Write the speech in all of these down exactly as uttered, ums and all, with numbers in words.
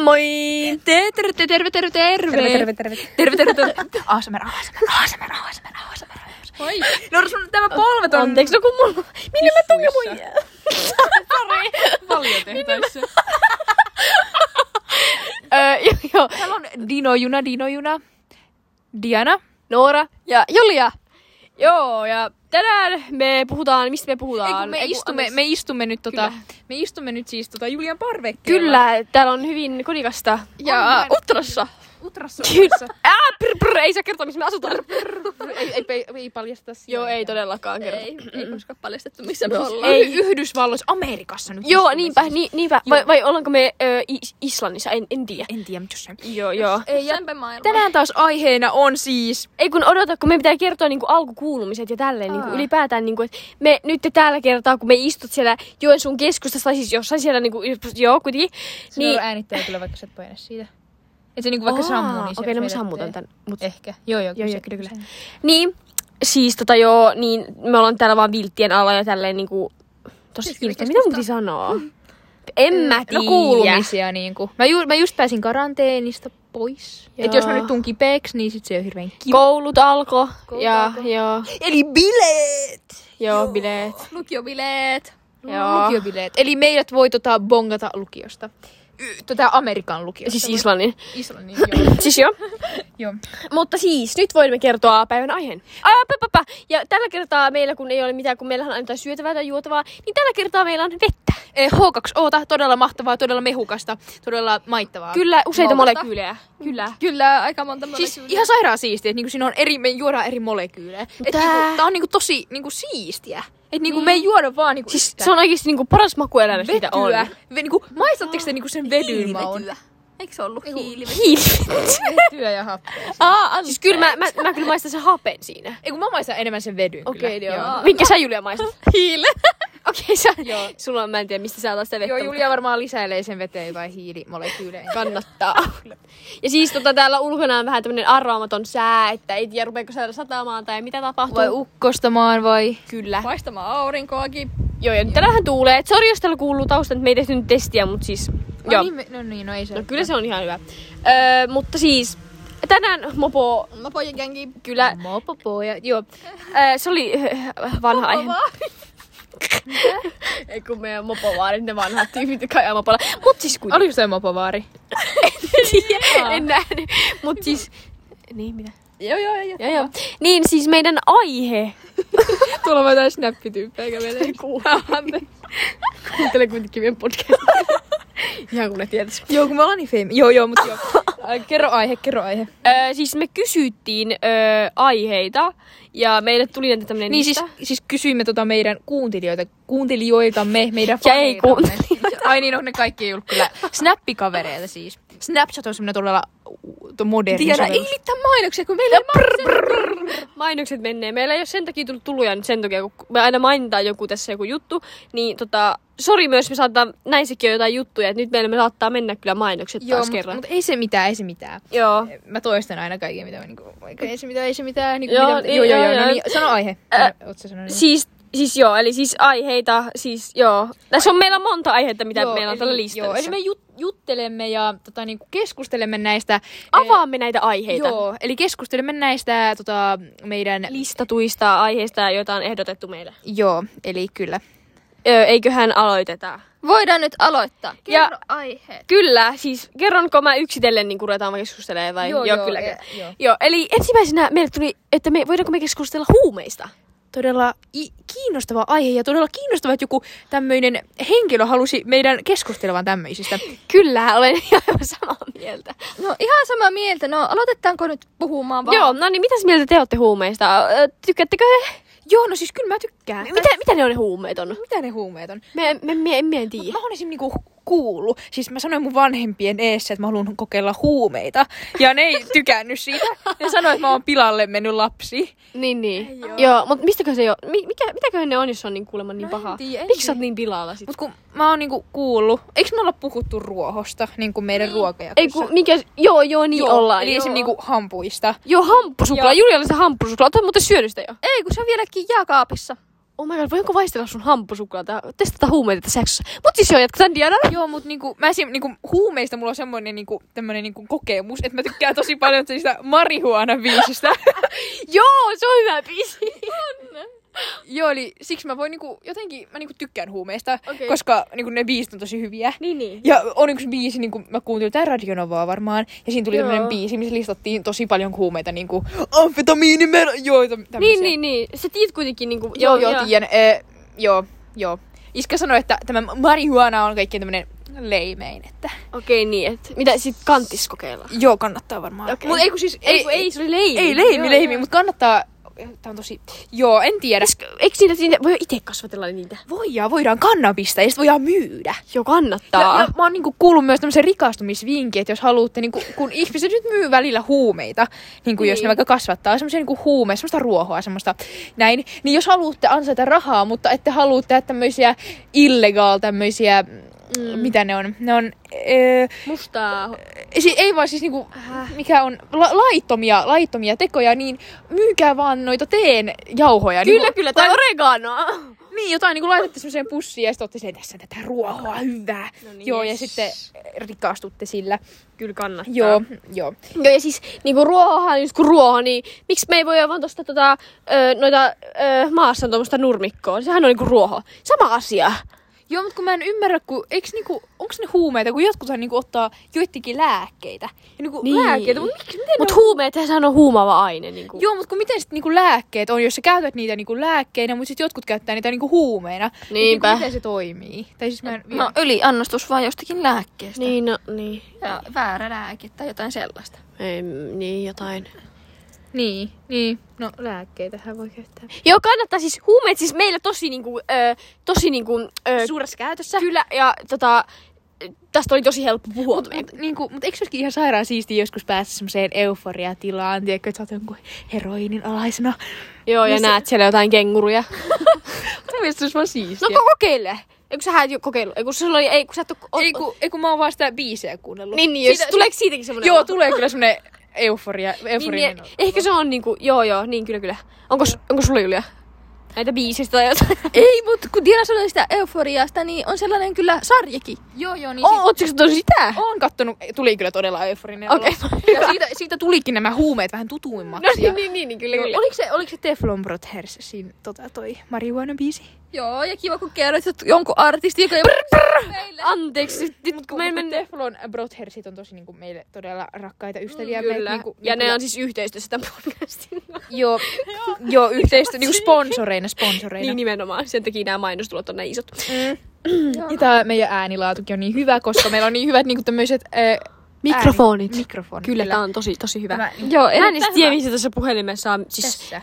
moi! Terve, terve, terve, terve, terve. Terve, terve, terve. Terve, terve, terve. A S M R, A S M R, A S M R, A S M R, A S M R. Moi! No sun tämä polvet on... Anteeksi, no kun mulla... Minne mä tunne mun... Sori. Paljon tehtäissä. Öö, joo, joo. Täällä on Dinojuna, Dinojuna, Diana, Noora ja Julia. Joo, ja tänään me puhutaan, mistä me puhutaan? Ei, kun me, Ei, kun istumme, anteeksi. me istumme nyt tota, Kyllä. me istumme nyt siis tota Julian parvekkeella. Kyllä, täällä on hyvin kodikasta. Ja Utrassa. Utrassa, Kyllä. Utrassa. Ää, prr, prr, ei saa kertoa, missä me asutaan. ei, ei, ei, ei paljasta sitä. Joo, ei todellakaan kerrota. Ei, ei koskaan paljastettu, missä me ollaan. Ei. Yhdysvalloissa, Amerikassa nyt. Joo, istumme niinpä, siis. ni, niinpä. Vai, vai ollaanko me ö, Is- Islannissa? En, en tiedä. En tiedä, mitä se. Joo, joo. Ei, ja Sämpä maailma. tänään taas aiheena on siis... Ei kun odota, kun me pitää kertoa niinku alkukuulumiset ja tälleen niinku Aa. ylipäätään, niinku, että me nyt tällä kertaa, kun me istut siellä Joensuun keskustassa, tai siis jossain siellä, niinku, joo kuitenkin. Niin... Niin... äänittää kyllä, vaikka sä et paina siitä. Et se niinku vaikka Aa, sammuu, niin se okei, no mä vedetteen. sammutan tän. Mut... Ehkä. Joo, joo. Joo, se- joo, kyllä, kyllä. Niin, siis tota joo, niin me ollaan täällä vaan vilttien alla ja tälleen niinku... Tosi Siis kiinnostaa, kyllä mitä mun piti sanoa? En mä tiedä. No kuulumisia niinku. Mä, ju- mä just pääsin karanteenista pois. Joo. Et jos mä nyt tuun kipeäksi, niin sit se on hirveän kiva. Koulut alkoi Koulut ja alkoi. joo, Eli bileet! joo, bileet. Lukiobileet. Joo. Lukiobileet. Eli meidät voi tota bongata lukiosta. Y- Tota Amerikan lukiosta. Siis voi- Islannin. Islannin, joo. Siis joo. joo. Mutta siis, nyt voimme kertoa päivän aiheen. Ai, pä, pä, pä. Ja tällä kertaa meillä, kun ei ole mitään, kun meillähän on aina syötävää tai juotavaa, niin tällä kertaa meillä on vettä. Eh, H kaksi O:ta, todella mahtavaa, todella mehukasta, todella maittavaa. Kyllä, useita Molta. molekyylejä. Kyllä. Kyllä, aika monta Siis molekyyliä. ihan sairaan siistiä, että niinku siinä on eri, me juodaan eri molekyylejä. Et Tää- niinku, tää on niinku tosi niinku siistiä. Et niinku me ei juoda vaan niinku Siis yhtä se on oikeesti niinku paras makuelämys, mitä on. vetyä. Ve, niinku, maistatteko te niinku sen vedyn maun? Hiilivetyä. Eikö se ollut hiilivetyä? Hiili. Vetyä ja happea. Aa, siis kyllä mä, mä, mä kyllä maistan sen hapen siinä. Ei kun mä maistan enemmän sen vedyn Okei, kyllä. joo. Minkä sä, Julia, maistat? Hiile. Okei, sä, Joo. sulla on, mä en tiedä, mistä sä otat sitä vettä. Joo, mutta Julia varmaan lisäilee sen veteen jotain hiilimolekyylejä. kannattaa. Ja siis tota, täällä ulkona on vähän tämmönen arvaamaton sää, että ei tiedä rupeeko saada satamaan tai mitä tapahtuu. Vai ukkostamaan vai? Kyllä. Paistamaan aurinkoakin. Joo, ja nyt täällä vähän tuulee. Et sori, jos täällä kuuluu taustan, että me ei tehty nyt testiä, mutta siis... Joo. No niin, me- no niin, no ei se. No kyllä se on ihan hyvä. Öö, mutta siis, tänään mopo... Mä pojan gängi. Kyllä, Mopopoja. Joo. öö, se oli öö, vanha aihe. Ei kun meidän mopovaarit, ne vanhat tyypit, jotka ajaa mopolla. Mut siis kuitenkin. Oliko se mopovaari? En nähnyt. Mut siis... Niin, mitä? Joo, joo, joo. Joo, joo. Niin siis meidän aihe. Tuolla on jotain snappityyppejä kävelee. Kuuntele kuitenkin meidän podcast. Ihan kun ne tietäis. Joo, kun me ollaan niin fame. Joo, joo, mut joo. Ai, kerro aihe, kerro aihe. Öö, siis me kysyttiin öö, aiheita ja meille tuli näitä tämmönen Niin siis, lista. siis kysyimme tota meidän kuuntelijoita, kuuntelijoitamme, meidän Ja ei faneitamme. Ai niin, no ne kaikki ei ollut kyllä. Snappikavereita siis. Snapchat on semmonen todella uh, moderni Tiedä, ei sovellus. mitään mainoksia, kun meillä ei Mainokset menee. Meillä ei ole sen takia tullut tuluja nyt sen takia, kun me aina mainitaan joku tässä joku juttu. Niin tota, sori myös, me saattaa näissäkin on jotain juttuja, että nyt meillä me saattaa mennä kyllä mainokset Joo, taas mut, kerran. mut ei se mitään, ei se mitään. Joo. Mä toistan aina kaiken, mitä mä niinku, vaikka ei se mitään, ei se mitään. Niinku, Joo, mitä, niin, joo, joo, joo, joo, no joo. niin, sano aihe. Ä, Oot sä sanonut? Siis, siis joo, eli siis aiheita, siis joo. Tässä on meillä monta aihetta, mitä Joo, meillä on eli- tällä listalla. Joo, eli me jut, juttelemme ja tota, niinku, keskustelemme näistä... Avaamme näitä aiheita. Joo, eli keskustelemme näistä tota, meidän... Listatuista aiheista, joita on ehdotettu meille. Joo, eli kyllä. Öö, eiköhän aloiteta. Voidaan nyt aloittaa. Ja- Kerro aiheet. Kyllä, siis kerronko mä yksitellen, niin ruvetaan keskustelemaan vai? Joo, joo, kyllä. ja- kyllä. joo. Joo, eli ensimmäisenä meille tuli, että me, voidaanko me keskustella huumeista? Todella i- kiinnostava aihe ja todella kiinnostava, että joku tämmöinen henkilö halusi meidän keskustelevan tämmöisistä. Kyllä, olen ihan samaa mieltä. No ihan samaa mieltä. No aloitetaanko nyt puhumaan vaan? Joo, no niin, mitäs mieltä te olette huumeista? Ö, Tykkäättekö? Joo, no siis kyllä mä tykkään. Mitä, mitä ne on ne huumeet on? Mitä ne huumeet on? Me, me, me, me en tiedä. Mä oon esim. Niinku kuullut. Siis mä sanoin mun vanhempien eessä, että mä haluan kokeilla huumeita. Ja ne ei tykännyt siitä. Ne sanoi, että mä oon pilalle mennyt lapsi. Niin, niin. Joo, Joo mutta mistäkö se on? Mi- mikä, mitäköhän ne on, jos se on niin kuulemma niin No en pahaa? tiedä, en Miksi sä tiedä. oot niin pilalla sit? Mut kun mä oon niinku kuullut, eikö me olla puhuttu ruohosta, niinku meidän Ei ruokajaksossa? kun, mikä, joo, joo, niin Joo, ollaan. Eli joo. esim. Niinku hampuista. Joo, hamppusuklaa. Joo. Julialla se hamppusuklaa. Oot muuten syönyt sitä jo? Ei, kun se on vieläkin jääkaapissa. Oh my god, voinko vaistella sun hampusuklaata? Testata huumeita seksossa. Mut siis joo, jatketaan Diana. Joo, mut niinku, mä esim, niinku, huumeista mulla on semmoinen niinku, tämmönen niinku, kokemus, että mä tykkään tosi paljon siitä marihuana-biisistä. Joo, se on hyvä biisi. Joo, eli siksi mä voin niinku, jotenkin, mä niinku tykkään huumeista, Okei. koska niinku, ne biisit on tosi hyviä. Niin, niin. Ja on yksi biisi, niinku, mä kuuntelin tää Radionovaa varmaan, ja siinä tuli Joo. tämmönen biisi, missä listattiin tosi paljon huumeita, niinku amfetamiini, mer- joo, tämmöisiä. Niin, niin, niin. Sä tiedät kuitenkin niinku... Joo, joo, tiedän. E, joo, joo. Iskä sanoi, että tämä marihuana on kaikkein tämmönen leimein, että... Okei, niin, et mitä sit kanttis kokeilla? Joo, kannattaa varmaan. Okei. Mut ei kun siis... Ei, kun ei, se oli leimi. Ei leimi, Joo, leimi, joo. mutta kannattaa... Tää on tosi... Joo, en tiedä. Eikö niitä, niitä voi itse kasvatella niitä? Voidaan, voidaan kannabista ja sit voidaan myydä. Joo, kannattaa. Ja, ja mä oon niinku kuullut myös tämmösen rikastumisvinkin, että jos haluatte, niinku, kun ihmiset nyt myy välillä huumeita, niinku niin. jos ne vaikka kasvattaa semmoisia niinku huumeja, semmoista ruohoa, semmoista näin, niin jos haluatte ansaita rahaa, mutta ette halua tehdä tämmöisiä illegaal, tämmöisiä, mm. mitä ne on, ne on... Öö, Mustaa. Si- ei vaan siis niinku, mikä on la- laittomia, laittomia tekoja, niin myykää vaan noita teen jauhoja. Kyllä, niinku, kyllä, tai oreganoa. Niin, jotain niinku laitatte semmoiseen pussiin ja sitten otte sen tässä tätä ruohoa, hyvää. No niin, Joo, yes. ja sitten rikastutte sillä. Kyllä kannattaa. Joo, joo. Joo, ja siis niinku ruohohan, just kun ruoho, niin miksi me ei voi vaan tosta tota, ö, noita ö, maassa on tuommoista nurmikkoa? Sehän on niinku ruoho. Sama asia. Joo, mutta kun mä en ymmärrä, kun eiks niinku, onks ne huumeita, kun jotkuthan niinku ottaa joittikin lääkkeitä. Ja niinku Niin. lääkkeitä, mutta miksi, miten Mut ne on... huumeet, sehän on huumaava aine. Niinku. Joo, mutta kun miten sit niinku lääkkeet on, jos sä käytät niitä niinku lääkkeinä, mutta sit jotkut käyttää niitä niinku huumeina. Niinpä. Niin, miten se toimii? Tai siis mä en... No yliannostus vaan jostakin lääkkeestä. Niin, no, niin. Ja väärä lääke tai jotain sellaista. Ei, niin, jotain. Niin, niin. No lääkkeitähän voi käyttää. Joo, kannattaa siis, huumeet siis meillä tosi niinku, ö, tosi niinku, ö, Suuressa käytössä. kyllä, ja tota, tästä oli tosi helppo puhua. Mut, mut, niinku, mut eikö olisikin ihan sairaan siistiä joskus päästä semmoiseen euforiatilaan, tiedätkö, että sä oot jonkun heroinin alaisena. Joo, ja Missä- näet siellä jotain kenguruja. Mun mielestä se olisi vaan siistiä. No ko- kokeile. Eikö sä et jo kokeillut? Ei kun, sulla oli, ei, kun sä et oo, ei, kun, ei kun mä oon vaan sitä biisiä kuunnellut. Niin, niin, jos, Siitä- tuleeko siitäkin semmonen? Joo, tulee kyllä semmonen euforia. Niin, euforinen. niin, ehkä se on niinku, joo joo, niin kyllä kyllä. Onko, onko sulla Julia? Näitä biisistä tai jotain? Ei, mutta kun Diana sanoi sitä euforiasta, niin on sellainen kyllä sarjakin. Joo, joo, niin Oh, ootteko sä tosi sitä? oon kattonut, tuli kyllä todella euforinen Okei, olo. Ja siitä, siitä tulikin nämä huumeet vähän tutuimmaksi. No ja- niin, niin, niin, niin kyllä Joo, kyllä. oliko se, oliko se Teflon Brothers siinä tota, toi marihuana-biisi? Joo, ja kiva kun kerroit että jonkun artisti, joka ei meille. Anteeksi, nyt Mut kun me men... mennään... Teflon Brothersit on tosi niinku, meille todella rakkaita ystäviä. Kyllä. Meitä, niinku, Ja niinku, ne on siis yhteistyössä tämän podcastin. Joo, joo yhteistyö, niinku sponsoreina, sponsoreina. Niin nimenomaan. Sen takia nämä mainostulot on näin isot. Mm. Ja tää meidän äänilaatukin on niin hyvä, koska meillä on niin hyvät niinku tämmöiset... Äh, Mikrofonit. Ääni, mikrofonit. Kyllä, tää on tosi, tosi hyvä. Tämä, Joo, Mä en edes erittäin tiedä, hyvä. missä tässä puhelimessa on. Siis, tässä.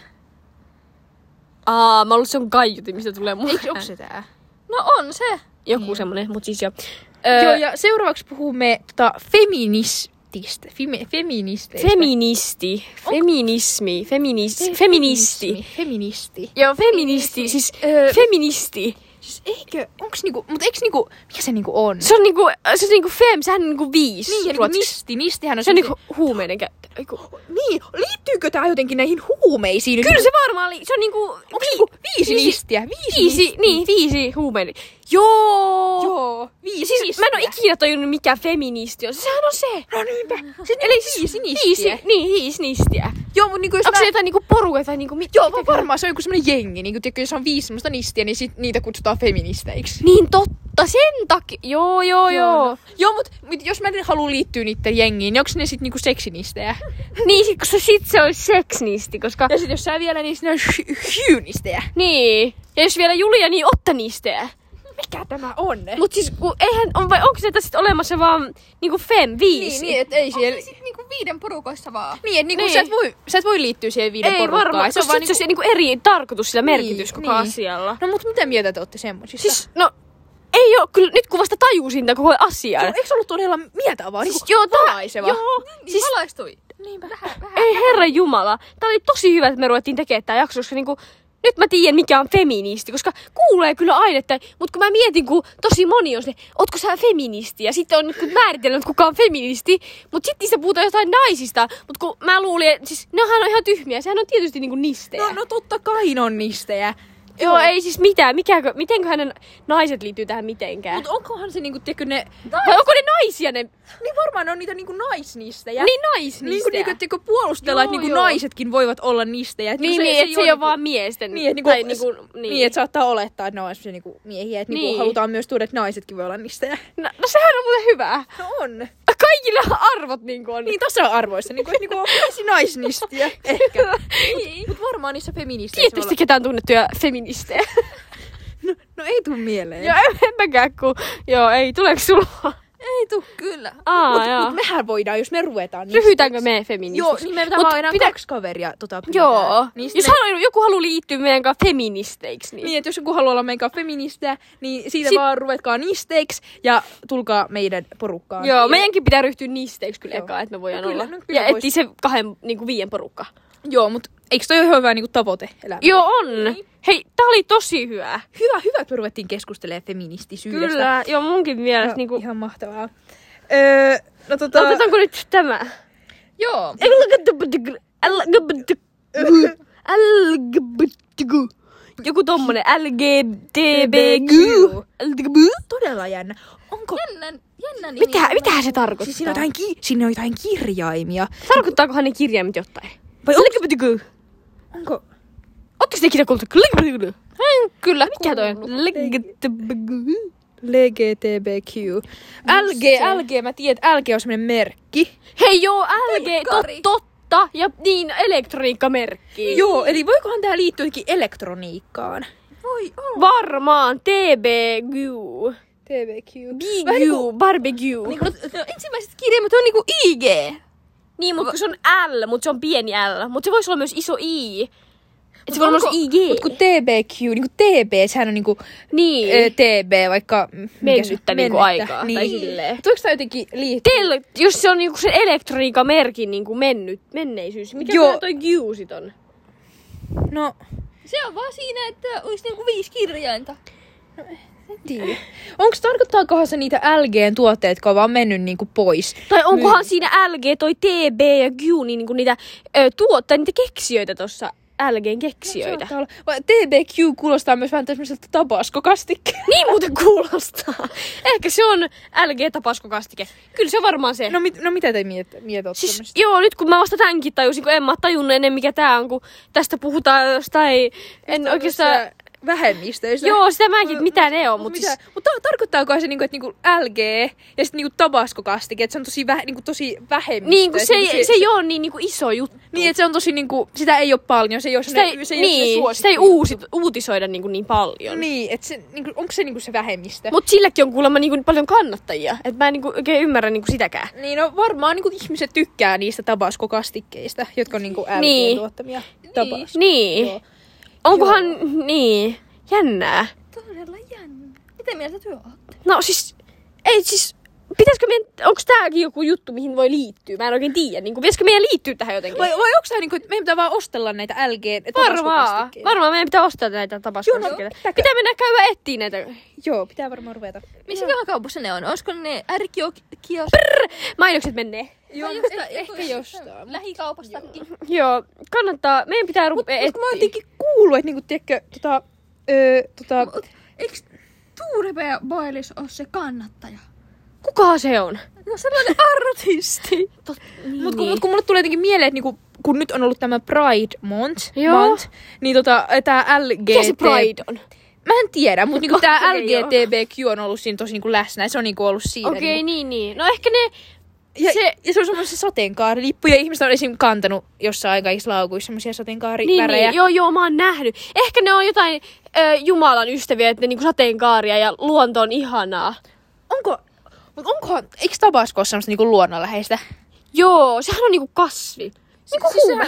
aa, mä luulen, se on kaiutin, mistä tulee mun. Eikö onko se tää? No on se. Joku semmonen, mut siis joo. Joo, Öö, ja seuraavaksi puhumme tota, feminististä. Femi, feministeistä. Feministi. Feminismi. Feminis, feministi. Feministi. Joo, feministi. Siis Öö, feministi. Siis eikö, onks niinku, mut eiks niinku, mikä se niinku on? Se on niinku, se on niinku fem, sehän on niinku viisi. Niin, ja niinku ruotsiksi. nisti, nistihän on Se on semmoinen- niinku huumeiden käyttö. Eiku. Niin, liittyykö tää jotenkin näihin huumeisiin? Kyllä se varmaan oli. Se on niinku... Onko niinku viisi viisi- nistiä? Viisi, Viisi, nistiä. niin, viisi huumeiden. Joo! Joo, viisi Siis nistiä. mä en oo ikinä tajunnut, mikä feministi on. Sehän on se. No niinpä. Siis, eli siis viisi nistiä. Viisi, niin, viisi nistiä. Joo, mut niinku jos Onko mä... se jotain niinku porukka tai niinku... Mit, Joo, mitä- vaan varmaan se on joku semmonen jengi. Niinku, tiedätkö, jos on viisi semmoista nistiä, niin sit niitä kutsutaan feministeiksi. Niin totta, sen takia. Joo, joo, joo. Joo, mut, mut jos mä en halua liittyä niitten jengiin, niin onko ne sit niinku seksinistejä? Niin, sit, koska sit se olisi seksnisti, koska... Ja sit jos sä vielä, niin ne on hyynistejä. Niin. Ja jos vielä Julia, niin ottanistejä. Mikä tämä on? Mut siis, kun eihän, on, vai onko se sit olemassa vaan niinku fem, viisi? Niin, niin, et ei On siellä... se sit niinku viiden porukoissa vaan. Niin, et niinku Niin. sä, et voi, sä et voi liittyä siihen viiden Ei porukkaan. varmaan, Se on koska vaan sit se olisi niinku eri tarkoitus sillä merkitys Niin, koko niin. asialla. No mut mitä mieltä te ootte semmosista? Siis, no, ei oo, kyllä nyt kun vasta tajusin tämän koko asian. Eikö se ollut todella mieltävää? Siis, Niinku joo, tää, valaiseva. joo, Niin siis, valaistui. Niinpä. Vähän, vähän. ei herra jumala. Tää oli tosi hyvä, että me ruvettiin tekemään tää jakso, koska niinku, nyt mä tiedän mikä on feministi, koska kuulee kyllä aina, että, mutta kun mä mietin, kun tosi moni on se, ootko sä feministi? Ja sitten on nyt määritellyt, kuka on feministi, mutta sitten niistä puhutaan jotain naisista, mutta kun mä luulin, että siis nehän on ihan tyhmiä, sehän on tietysti niinku nistejä. No, no totta kai ne on nistejä. Joo, ei siis mitään. Mikäkö, mitenköhän ne naiset liittyy tähän mitenkään? Mut onkohan se niinku, tiedätkö ne... Vai onko ne naisia ne? Niin varmaan ne on niitä niinku naisnistejä. Niin naisnistejä. Niinku, niinku, tiedätkö, puolustellaan, Joo, että niinku joo. naisetkin voivat olla nistejä. Et Niin, niinku niin, se, että se ei ole niinku- vaan miesten. Niin, että niinku, tai niinku, niin. niin, et saattaa olettaa, että ne on semmosia niinku miehiä. Että niinku Niin. halutaan myös tuoda, että naisetkin voi olla nistejä. No, no sehän on muuten hyvä. No on. Kaikilla arvot niinku on. Niin tasa-arvoissa. Niinku, niinku on naisnistiä. Ehkä. Mut, mut varmaan niissä feministeissä. Tiedättekö te ketään tunnettuja feministejä? No, no ei tuu mieleen. Joo, en, en mäkään, kun... Joo, ei, tuleeko sulla? Ei tuu kyllä. Aa, Mut, joo. mut mehän voidaan, jos me ruvetaan Ryhdytäänkö me feministiksi? Joo, niin me pitää Mut vaan enää pitä- kaksi kaveria tota pidetään. Joo. Niin, Jos me... halu, joku haluaa liittyä meidän kanssa feministeiksi, niin... niin, että jos joku haluaa olla meidän kanssa feministejä, niin siitä Sit- vaan ruvetkaa nisteiksi ja tulkaa meidän porukkaan. Joo, Ja- meidänkin pitää ryhtyä nisteiksi kyllä Joo. ekaa, että me voidaan No kyllä, olla. no kyllä ja vois. etsiä se kahden, niinku viien porukka. Joo, mut eikö toi ole hyvä niinku tavoite elämässä? Joo, on. Niin. Hei, tää oli tosi hyvä. Hyvä, hyvä, että me ruvettiin keskustelemaan feministisyydestä. Kyllä, joo, munkin mielestä Ihan, niinku... ihan mahtavaa. Öö, no tota... Otetaanko nyt tämä? Joo. Joku tommonen L G B T Q. Todella jännä. Onko... Jännän, jännä nimi. Mitä, mitähän se tarkoittaa? Siis siinä on jotain, ki... siinä on jotain kirjaimia. Tarkoittaakohan ne kirjaimet jotain? Vai L G B T Q. Onko... Ootteko te ikinä kuullut? L G B T Q. Kyllä. Mikä toi on? L G B T Q. L G T B Q. L G, L G, mä tiedän, että L G on semmonen merkki. Hei joo, L G, tot, Pekari. totta. Ja niin, elektroniikkamerkki. Joo, eli voikohan tää liittyä jotenkin elektroniikkaan? Voi olla. Varmaan T B Q. T B Q. B Vähän Q, niinku- barbecue. Niinku, no, ensimmäiset kirjaimet on niinku I G. Niin, mutta kun se on L, mutta se on pieni L. Mutta se voisi olla myös iso I. Et se voi olla onko- myös I G. Mut kun T B Q, niinku T B, sehän on niinku Niin. ö, T B, vaikka... m- mikä se- Mennyttä niinku aikaa, Niin. tai silleen. Mut voiko tää jotenkin liittyä? Tel, jos se on niinku se elektroniikan merkin niinku mennyt, menneisyys. Mikä Joo. Joo. toi Q sit on? No, Se on vaan siinä, että olisi niinku viisi kirjainta. en tiedä. Onks tarkoittaakohan se niitä L G:n tuotteet, jotka on vaan mennyt niinku pois? Tai onkohan siinä L G, toi T B ja Q, niin niinku niitä ö, tuottaa niitä keksijöitä tossa. L G:n keksijöitä. Saattaa olla. Vai T B Q kuulostaa myös vähän tämmöiseltä tabaskokastikkeelta. Niin muuten kuulostaa. Ehkä se on L G-tapaskokastike. Kyllä se on varmaan se. No, mit, no mitä te miet, mietot Siis, tämmöstä? joo, nyt kun mä vasta tämänkin tajusin, kun en mä oo tajunnut ennen mikä tää on, kun tästä puhutaan jostain, en oikeastaan... Vähemmistöistä. Joo, sitä mäkin, että mitä ne on, Mut mutta mitä? siis... Mutta tarkoittaako se niinku, että niinku L G ja sitten niinku tabaskokastike, että se on tosi, vä, niinku tosi vähemmistö? Niin, kun et se, niinku ei, se ei oo niin, niin kuin iso juttu. Niin, että se on tosi niinku, sitä ei ole paljon, se ei ole Sitä ei, sellainen, se ei ole niin, sellainen sitä ei suosittu uusit, juttu. uutisoida niin, kuin niin paljon. Niin, että se, niinku, onko se niinku se vähemmistö? Mutta silläkin on kuulemma niin kuin paljon kannattajia. Että mä en niin kuin oikein ymmärrä niin kuin sitäkään. Niin, no varmaan niinku ihmiset tykkää niistä tabaskokastikkeista, jotka on niinku L G:n Niin. tuottamia. Tabas. Niin. Joo. Onkohan... Niin. Jännää. Todella jännä. Mitä mieltä työ ootte? No siis... Ei siis... Pitäisikö meidän... Onko tääkin joku juttu, mihin voi liittyä? Mä en oikein tiedä. Niin kuin, pitäisikö meidän liittyä tähän jotenkin? Vai, vai onko tää niinku, että meidän pitää vaan ostella näitä L G Varmaan. tabaskokastikkeita? Varmaan meidän pitää ostaa näitä tapaskostikkeita. Joo, no, pitääkö? pitää mennä käydä etsiä näitä. Joo, pitää varmaan ruveta. Missä kaupassa ne on? Olisiko ne R-kios? Mainokset menee. Joo, Tai jostain- eh- ehkä joku- jostain. Lähikaupastakin. Joo, kannattaa. Meidän pitää rupea Mut mä oon etsiä. jotenkin kuullut, että niinku, tiedätkö, tota, öö, tota, Mut eiks Tuure Boilis ole se kannattaja? Kuka se on? No sellainen artisti. Tot, niin, mut, kun, mut kun mulle tulee jotenkin mieleen, että niinku, kun nyt on ollut tämä Pride Month, Joo. month niin tota, tää L G T... Mikä se Pride on? Mä en tiedä, mutta niinku tää Okei, L G T B Q on ollut siinä tosi niinku läsnä, ja se on niinku ollut siinä. Okei, niinku. niin, niin. No ehkä ne... Ja, se- se, ja se on semmoinen sateenkaarilippu, ja ihmiset on esim. Kantanut jossain kaikissa laukuissa semmoisia Niin, sateenkaarivärejä. niin, joo, joo, mä oon nähnyt. Ehkä ne on jotain ö, Jumalan ystäviä, että ne niinku sateenkaaria ja luonto on ihanaa. Onko, mut onkohan, eikö Tabasko ole semmoista niinku luonnonläheistä? Joo, sehän on niinku kasvi. Niinku Siis huume.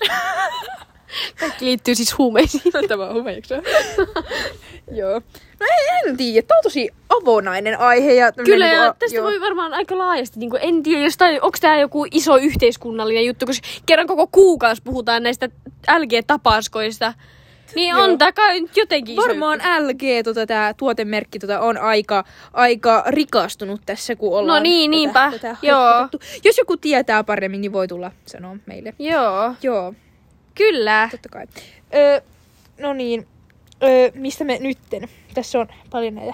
Kaikki liittyy siis huumeisiin. Tämä on humeeksi. Joo. No en, en tiedä, tää on tosi avonainen aihe. Ja Kyllä, niinku, ja a- tästä joo. voi varmaan aika laajasti, niin kuin, en tiedä, jostain, onko tämä joku iso yhteiskunnallinen juttu, koska kerran koko kuukausi puhutaan näistä L G-tapaskoista, niin Joo. on tämä kai nyt jotenkin iso Varmaan juttu. L G, tota, tämä tuotemerkki, tota, on aika, aika rikastunut tässä, kun ollaan No niin, tätä, niinpä, tätä joo. hehkutettu. Jos joku tietää paremmin, niin voi tulla sanoa meille. Joo, Joo, kyllä. totta kai. Öö, no niin. öö, mistä me nytten? Tässä on paljon näitä.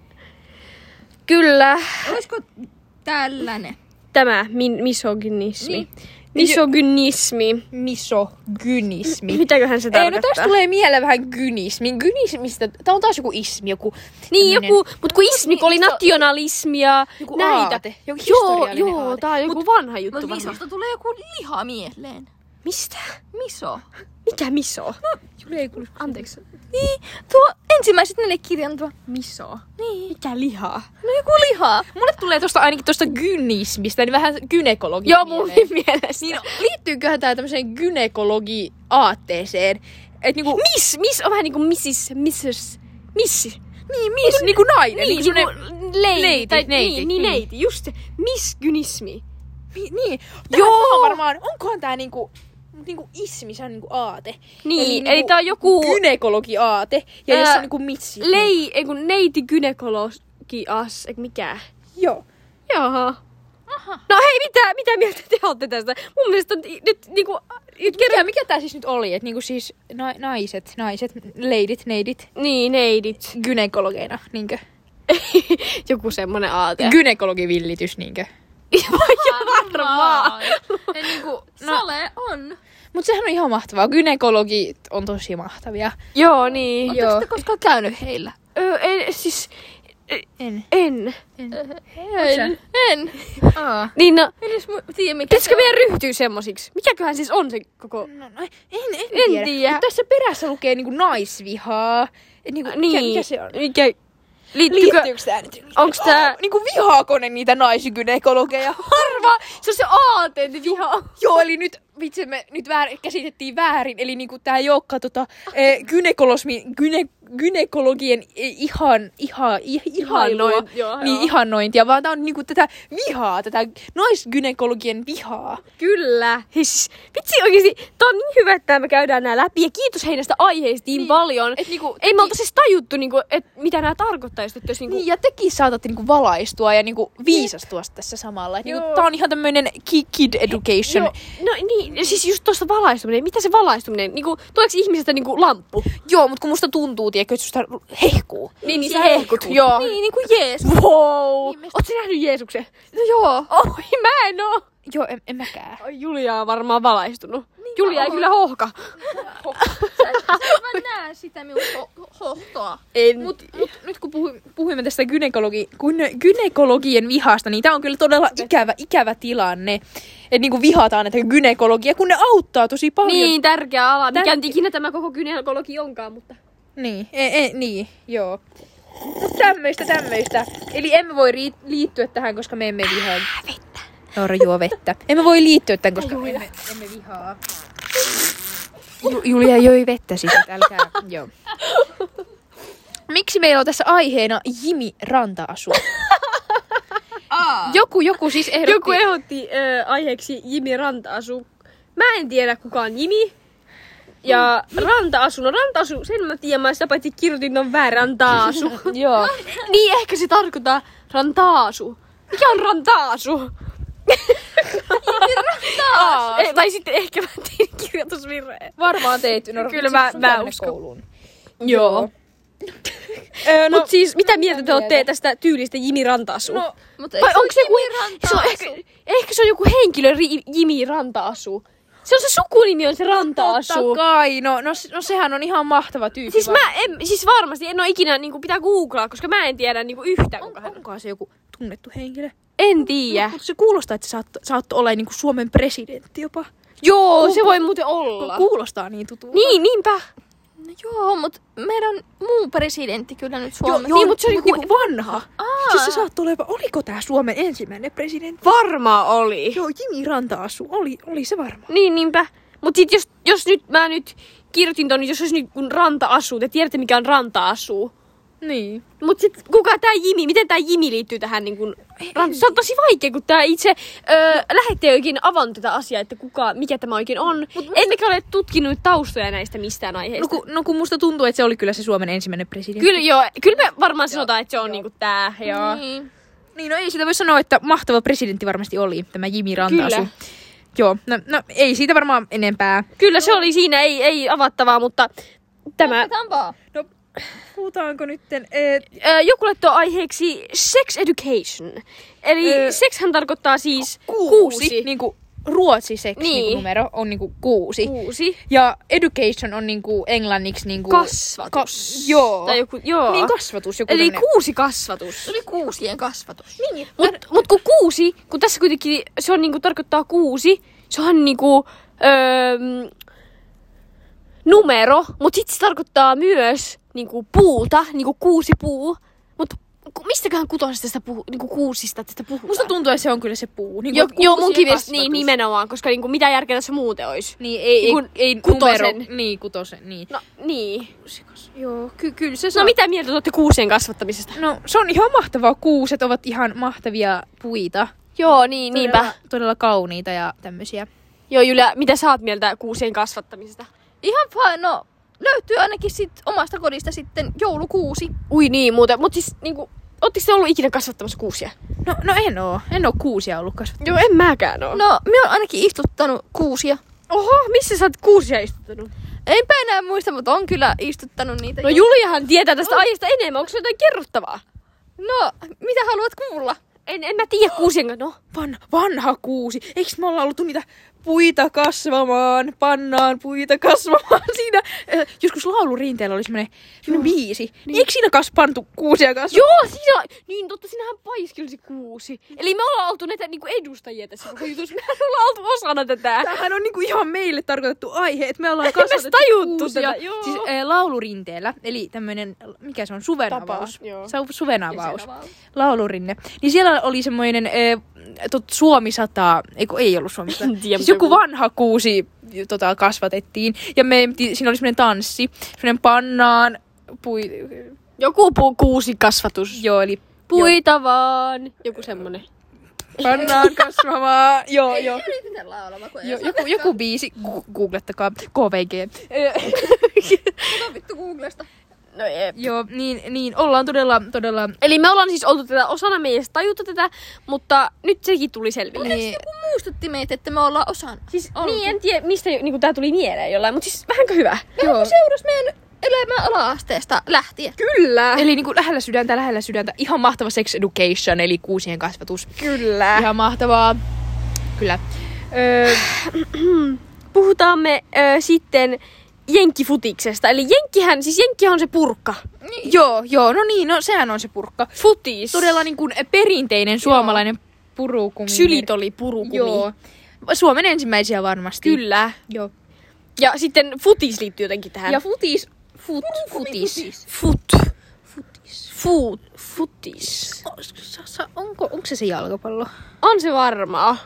Kyllä. Olisiko tällainen? Tämä min- misogynismi. Niin. Misogynismi. Misogynismi. Mitäköhän se Ei, no tarkoittaa? tästä tulee mieleen vähän gynismi. Gynismistä, tää on taas joku ismi, joku... Niin, tämmönen- joku, mut kun ismi, kun oli Niin, se on- nationalismi ja Joku näitä. aate, joku Joo, historiallinen joo, aate. tää on joku vanha juttu Mutta varmaan. misosta tulee joku liha mieleen. Mistä? Miso. Mikä miso? Julia ei kuulu. Anteeksi. Niin, tuo ensimmäiset neljä kirjan tuo. Miso? Niin. Mikä liha? No joku liha. Mulle tulee tosta ainakin tosta gynismistä, niin vähän gynekologia. Joo, mun mielestä. Niin, liittyyköhän tää tämmöiseen gynekologi-aatteeseen? Et niinku... Miss, miss on vähän niinku missis, missus, missi. Niin, mies, niinku nainen. Niin, Niinku niinku semmonen... leiti, leiti, tai, neiti, niin, niin, niin. neiti, just se. Misgynismi. Niin, niin. Joo. Tää on varmaan, onkohan tää niinku... Niinku ismi, se on niinku aate. Niin, eli tää on joku- Gynekologi-aate. Ja Ää, jossa on niinku missi. Lei, ei kun neiti gynekologi as, eikö mikä? Joo. Jaha. Aha. No hei, mitä, mitä mieltä te olette tästä? Mun mielestä on i- nyt niinku... Nyt Mikä, mikä tää siis nyt oli? Et niinku siis na, naiset, naiset, leidit, neidit, Niin, neidit. gynekologeina, niinkö? Joku semmonen aate. Gynekologivillitys, niinkö? Varmaan. Ei niinku, No. sale on. Mut sehän on ihan mahtavaa. Gynekologit on tosi mahtavia. Joo, niin. Joo. Oletteko te koskaan käynyt heillä? Ö, en, siis... En. En. En. En. Aa. Niin no, En edes mu- tiedä mikä pitäisikö se on. meidän ryhtyä semmosiksi? Mikäköhän siis on se koko... No, no, en, en, En tiedä. tiedä. Mut tässä perässä lukee niinku naisvihaa. Et niinku, Niin. mikä, mikä se on? Mikä... Liittyykö... Liittyykö tää nyt? Onks tää... Niinku vihaako ne niitä naisgynekologeja? Harva! Se on se aate, että viha. Joo, eli nyt, vitsi, me nyt väär, käsitettiin väärin. Eli niinku tää ei ookaan tota, e, gynekolosmi, gyne, gynekologien e, ihan, iha, i, ihailua, Ihannoin- joo, niin joo. ihannointia, vaan tää on niinku tätä vihaa, tätä naisgynekologien vihaa. Kyllä. Siis, vitsi oikeesti, tää on niin hyvä, että me käydään nää läpi. Ja kiitos hei näistä aiheista niin, Niin. paljon. Et niinku, Ei me oltais edes tajuttu, niinku, että mitä nämä tarkoittaisi. Että jos niinku... Niin, ja tekin saatatte niinku valaistua ja niinku viisastua tässä samalla. Et niinku, Joo. tää on ihan tämmönen ki- kid education. Joo, no niin, siis just tuosta valaistuminen. Mitä se valaistuminen? Niinku, tuleeko ihmisestä niinku lamppu? Joo, mutta kun musta tuntuu, tiedätkö, että susta hehkuu. Niin, niin sä sä hehkut. Joo. Niin, niinku Jeesus. Wow. Niin, Oot sä nähnyt Jeesuksen? No joo. Oi, mä en oo. Joo, en, en mäkään. Oi, Julia on varmaan valaistunut. Julia ei kyllä hohka. Sä et vaan näe sitä minun ho- hohtoa. En. Mut, mut nyt kun puhu, puhuimme tästä gynekologi, gyne, gynekologien vihasta, niin tää on kyllä todella ikävä, ikävä tilanne. Että niinku vihataan näitä gynekologia, kun ne auttaa tosi paljon. Niin, tärkeä ala. Mikä Tärkeä. nyt ikinä tämä koko gynekologi onkaan, mutta... Niin, e, e, niin, joo. Mut tämmöistä, tämmöistä. Eli emme voi ri- liittyä tähän, koska me emme vihaa. Vettä. Noora juo vettä. Emme voi liittyä tähän, koska emme, emme vihaa. Ju- Julia joi vettä siis, et älkää. Joo. Miksi meillä on tässä aiheena Jimi Ranta-asu? Joku, joku siis ehdotti... Joku ehdotti äh, aiheeksi Jimi Ranta-asu. Mä en tiedä kuka on Jimi. Ja Ranta-asu, no Ranta-asu, sen mä tiedän, mä sitä paitsi kirjoitin on väärä Ranta-asu. Joo. Niin ehkä se tarkoittaa Ranta-asu. Mikä on Ranta-asu? Aa, Eh, tai sitten ehkä mä tein kirjoitusvirheen. varmaan teit. No, Kyllä mä- sun mä tänne uskon. kouluun. Joo. Öö, No, Mut siis, mitä mieltä te mitä olette mieltä? tästä tyylistä Jimi Ranta-asu? No, Mutta Vai onko se joku... Jimi Se on Ranta-asu? ehkä, ehkä se on joku henkilö, ri, Jimi Ranta-asu. Se on se sukunimi, on se Ranta-asu. totta kai. No, no, no sehän on ihan mahtava tyyppi. Siis vaan- mä en, siis varmasti en oo ikinä niinku pitää googlaa, koska mä en tiedä niinku yhtään On, kuka hän on. onkohan se joku tunnettu henkilö? En tiedä. Mutta se kuulostaa, että sä oot, sä oot olla niinku Suomen presidentti jopa. Joo, se voi muuten olla. Kuulostaa niin tutulta. Niin, niinpä. No joo, mutta meidän muu presidentti kyllä nyt Joo, Suomessa. joo, Niin, mut se on mut joku- niinku vanha. Aa. Siis se saattoi olla, oliko tää Suomen ensimmäinen presidentti? Varmaan oli. Joo, Jimi Ranta-asu. Oli, oli se varmaan. Niin, niinpä. Mut sit jos, jos nyt mä nyt kirjoitin ton, jos olisi nyt kun Ranta-asu, te tiedätte mikä on Ranta-asu. Niin. Mut sit kuka tää Jimi, miten tää Jimi liittyy tähän niin kun Ranta? Se on tosi vaikea, kun tää itse öö, lähettäjä oikein avannut tätä asiaa, että kuka, mikä tämä oikein on. Emmekä ole tutkinut taustoja näistä mistään aiheista. No kun, no kun musta tuntuu, että se oli kyllä se Suomen ensimmäinen presidentti. Kyllä joo, kyllä me varmaan sanotaan, että se on niinku tää, joo. Niin. Niin, no ei sitä voi sanoa, että mahtava presidentti varmasti oli, tämä Jimi Ranta-asu. Kyllä. Joo, no, no ei siitä varmaan enempää. Kyllä se oli siinä, ei, ei avattavaa, mutta tämä... Jatketaan vaan. No, puhutaanko nytten... Et... Ö, joku laittoi aiheeksi sex education. Eli Ö, sexhän tarkoittaa siis Kuusi. kuusi. Niinku ruotsiseksi Niin. niinku numero on niinku kuusi. Kuusi. Ja education on niinku englanniksi niinku... Kasvatus. Ka- joo. Tai joku, joo. Niin kasvatus. Joku Eli tämmönen- kuusi kasvatus. Se oli kuusien kasvatus. Niin. Mut, mut kun kuusi, kun tässä kuitenkin se on niinku tarkoittaa kuusi, se on niinku öö, numero, mut sit se tarkoittaa myös niinku puuta, niinku kuusi puu. Mut ku- mistäköhän kutosesta tästä puhu, niinku kuusista tästä puhutaan? Musta tuntuu, että se on kyllä se puu. Niinku, Jo, että joo, kuusien munkin mielestä kasvatus. niin nimenomaan, koska niinku mitä järkeä tässä muuten olisi. Niin, ei, ei, Kun ei kutosen. numero. Niin, kutosen, niin. No niin. Joo, ky- kyllä se No saa. mitä mieltä te olette kuusien kasvattamisesta? No, se on ihan mahtavaa. Kuuset ovat ihan mahtavia puita. Joo, niin, niinpä. Todella, todella kauniita ja tämmöisiä. Joo, Julia, mitä sä oot mieltä kuusien kasvattamisesta? Ihan fine, no löytyy ainakin sit omasta kodista sitten joulukuusi. Ui niin, muuten. Mut siis niinku, ootteko te ollut ikinä kasvattamassa kuusia? No, no en oo. En oo kuusia ollut kasvattu. Joo, en mäkään oo. No, minä oon ainakin istuttanut kuusia. Oho, missä sä oot kuusia istuttanut? Enpä enää muista, mutta on kyllä istuttanut niitä. No Juliahan tietää tästä aiheesta enemmän. Onko se jotain kerrottavaa? No, mitä haluat kuulla? En, en mä tiedä kuusien kanssa. No. Van, vanha kuusi. Eikö me olla oltu niitä puita kasvamaan, pannaan puita kasvamaan siinä? Äh, joskus laulurinteellä oli semmoinen, semmoinen biisi. Niin. Eikö siinä kas pantu kuusia kasvamaan? Joo, siinä, niin totta, siinähän Paiski oli se kuusi. Eli me ollaan oltu näitä niinku edustajia tässä koko jutussa. Me ollaan oltu osana tätä. Tämähän on niinku ihan meille tarkoitettu aihe, että me ollaan En mä kasvatettu tajuttu kuusia. tätä, joo. Siis äh, laulurinteellä, eli tämmöinen, mikä se on, suvenavaus. Tapa, joo. Se on suvenavaus. Laulurinne. Niin siellä oli semmoinen äh, tot, Suomi sata, ei, kun ei ollut Suomi sata. En tiedä, Siis mitä joku vanha kuusi tota, kasvatettiin. Ja me, siinä oli semmoinen tanssi. Semmoinen pannaan pui... Joku pu- kuusi kasvatus. Joo, eli Puita vaan. Joku semmonen. pannaan kasvamaan. Joo, joo. Yritin laulama, kun ei Jo, osaa. joku, joku biisi, Gu- googlettakaa, K V G. Kato vittu Googlesta. No jep. Joo, niin, niin ollaan todella, todella... Eli me ollaan siis oltu tätä osana, me ei edes tajuta tätä, mutta nyt sekin tuli selville. Niin, Joku muistutti meitä, että me ollaan osana. Siis Oltu. niin, en tiedä mistä niinku tää tuli mieleen jollain, mutta siis vähänkö hyvä? joo. Seurasi meidän elämää ala-asteesta lähtien. Kyllä. Eli niin kuin lähellä sydäntä, lähellä sydäntä. Ihan mahtava sex education, eli kuusien kasvatus. Kyllä. Ihan mahtavaa. Kyllä. Öö, Puhutaan me ö, sitten jenkkifutiksesta. Eli jenkkihän, siis jenkkihän on se purkka. Niin. joo, joo, no niin, no sehän on se purkka. Futis. Todella niin kuin perinteinen suomalainen purukumi. Ksylitoli purukumi. Joo. Suomen ensimmäisiä varmasti. Kyllä. Joo. Ja sitten futis liittyy jotenkin tähän. Ja futis. Fut, futis. fut. Futis. Fut. Futis. Sa, sa, onko, onko se se jalkapallo? On se varmaa.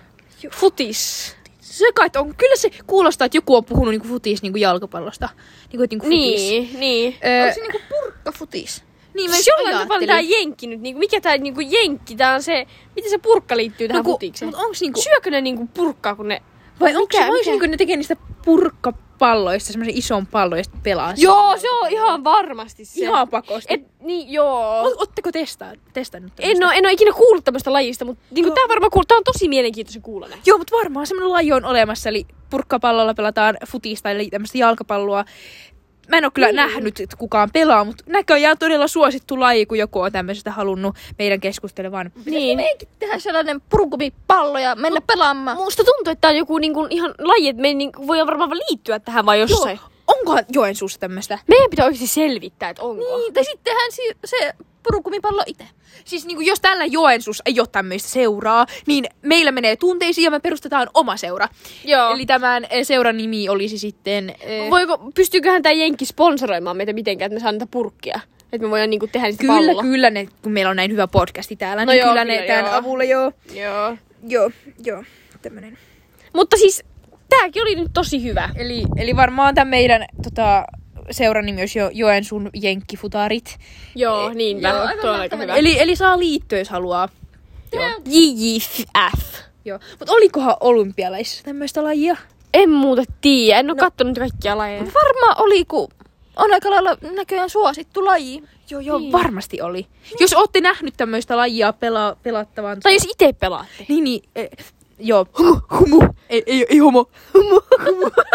Futis. Se kai on, kyllä se kuulostaa, että joku on puhunut niinku futis niinku jalkapallosta. Niinku, että niinku futis. Niin, niin. Öö, Onko se niinku purkkafutis? niin mä Siis just jollain tavalla ajattelin. tää jenkki nyt, niinku, mikä tää niinku jenkki, tää on se, miten se purkka liittyy tähän No ku- futikseen? mut onks niinku, Syökö ne niinku purkkaa, kun ne... vai onko se, mikä- voiko mikä? niinku ne tekee niistä purkkapalloista semmoisen ison pallon ja sitten pelaa? Joo, se on ihan varmasti se. Ihan pakosti. Et, niin, joo. O- Ootteko testaa, testannut En tämmöstä? oo, en oo ikinä kuullut tämmöstä lajista, mutta niinku, Ko- tää varmaan kuul... tää on tosi mielenkiintoisen kuulonen. Joo, mutta varmaan semmoinen laji on olemassa, eli purkkapallolla pelataan futista, eli tämmöistä jalkapalloa. Mä en oo kyllä Niin. nähnyt, että kukaan pelaa, mutta näköjään todella suosittu laji, kun joku on tämmöisestä halunnut meidän keskustelevan. Niin. Meidänkin tehdä sellainen purkumipallo ja mennä no, pelaamaan. Musta tuntuu, että tää on joku niinku ihan laji, että me niinku voi varmaan vaan liittyä tähän vai jossain. Joo, onkohan Joensuussa tämmöistä? Meidän pitää oikeesti selvittää, että onko. Niin, tai sittenhän si- se purukumipallo itse. Siis niin kuin jos tällä Joensuussa ei ole tämmöistä seuraa, niin meillä menee tunteisiin ja me perustetaan oma seura. Joo. Eli tämän eh, seuran nimi olisi sitten... Eh, Voiko, pystyyköhän tää jenkki sponsoroimaan meitä mitenkään, että me saamme niitä purkkia? Että me voidaan niinku tehdä niistä kyllä, pallolla. kyllä ne, kun meillä on näin hyvä podcasti täällä, No niin joo, kyllä ne kyllä, tämän joo. avulla joo. Joo. Joo, joo, tämmönen. Mutta siis, tääkin oli nyt tosi hyvä. Eli, eli varmaan tämän meidän tota, seuran nimi olisi jo Joensuun jenkkifutarit. Joo, niinpä. joo, aivan Tuo on aika mahtava. hyvä. Eli, eli saa liittyä, jos haluaa. Joo. J J F. Joo. Mutta olikohan olympialaisissa tämmöistä lajia? En muuta tiedä, en oo no. kattonut kaikkia lajeja. Varmaan oli, kun on aika lailla näköjään suosittu laji. Joo, joo, Niin. varmasti oli. Jos ootte nähnyt tämmöistä lajia pela, pelattavan... Tai jos ite pelaatte. Niin, niin, eh, joo. Humu, humu. Ei, ei, ei homo. Humu, humu.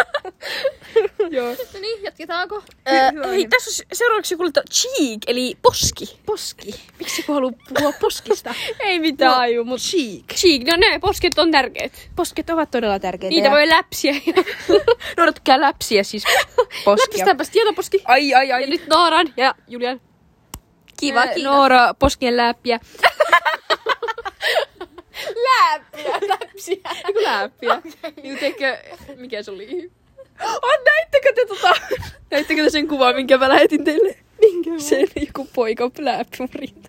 Joo. No niin, jatketaanko? Öö, hei, tässä on seuraavaksi kuulta cheek, eli poski. Poski. Miksi kun haluaa puhua poskista? Ei mitään no, aju, mut Cheek. cheek, no ne posket on tärkeet. Posket ovat todella tärkeitä. Niitä ja... voi läpsiä. Noora tykkää läpsiä siis poskia. Läpistäänpäs tietoposki. Ai, ai, ai. Ja nyt Nooran ja Julian. Kiva, Ää, kiva. Noora poskien läppiä. Läppiä, läpsiä. Eiku läppiä. Okay. Niin teikö... Mikä se oli? On, näittekö te tota... Näittekö te sen kuvaa, minkä mä lähetin teille? Minkä Sen joku poika läppurit.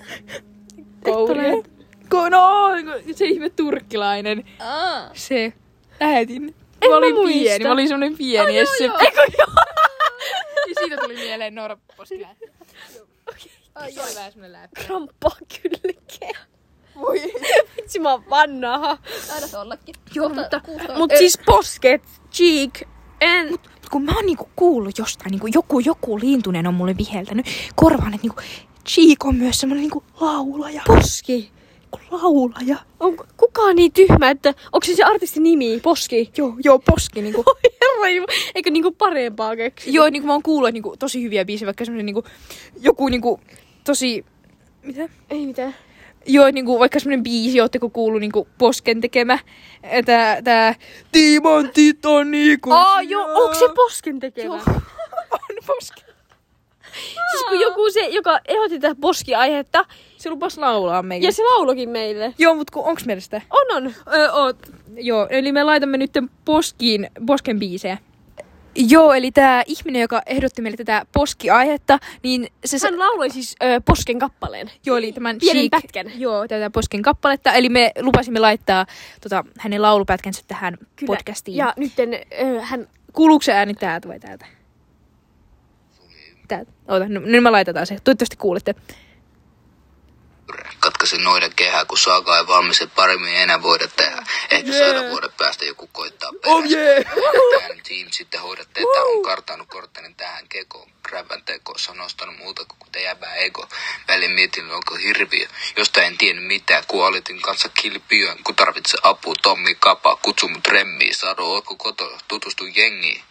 Kouria. Ko, no, se ihme turkkilainen. Aa. Se. Lähetin. En mä mä olin muista. pieni, mä olin semmonen pieni. Oh, ja joo, se... joo. Eiku joo. Ja siitä tuli mieleen Noora poskiläppi. Ai, Se oli vähän semmonen läppi. Kramppaa kylkeä. Voi. Vitsi mä oon vannaha. Taidat ollakin. Joo, Kohta mutta- kuusitoista. Mut siis posket, cheek, en... Mut kun mä oon niinku kuullut jostain, niinku joku, joku liintunen on mulle viheltänyt korvaan, että niinku Cheek on myös semmonen niinku laulaja. Poski. Laulaja. On kukaan niin tyhmä, että onko se se artistin nimi? Poski. Joo, joo, poski niinku. Oi herra, jumala, eikö niinku parempaa keksi? Joo, niinku mä oon kuullut, että niinku tosi hyviä biisejä, vaikka semmonen niinku, joku niinku tosi, mitä? Ei mitään. Joo, et niinku vaikka semmonen biisi, ootteko kuullut niinku Posken tekemä, tää, tää Timantit on niinku... Aa, joo, onko se Posken tekemä? Joo, on Posken. Siis kun joku se, joka ehdotti tätä Poski-aihetta, Se lupas laulaa meille. ja se laulokin meille. Joo, mut kun, onks meillä sitä? On, on. Öö, oot. Joo, eli me laitamme nyt Poskiin, Posken biisejä. Joo, eli tää ihminen, joka ehdotti meille tätä Poski-aihetta, niin se... Hän lauloi siis ö, Posken kappaleen. Joo, eli tämän Pienen Chic, pätkän. Joo, tätä Posken kappaletta. Eli me lupasimme laittaa tota, hänen laulupätkänsä tähän Kyllä. podcastiin. Ja nytten ö, hän... Kuuluuko se ääni täältä vai täältä? Täältä. Oota, no, nyt me laitetaan se. Toivottavasti kuulette. Katkaisen noiden kehää, kun saakaa ei valmis, että paremmin ei enää voida tehdä. Ehkä yeah. sadan vuoden päästä joku koittaa perässä. Oh yeah. Tähän team sitten hoidatte, että on kartannut korttinen tähän kekoon. Grabän tekossa on nostanut muuta kuin te jäbää ego. Välin mietin, onko hirviö. Josta en tiennyt mitään, kun aloitin kanssa kilpiön. Kun tarvitse apua, Tommi Kapa, kutsu mut remmiin. Sado, ootko kotona, tutustu jengiin.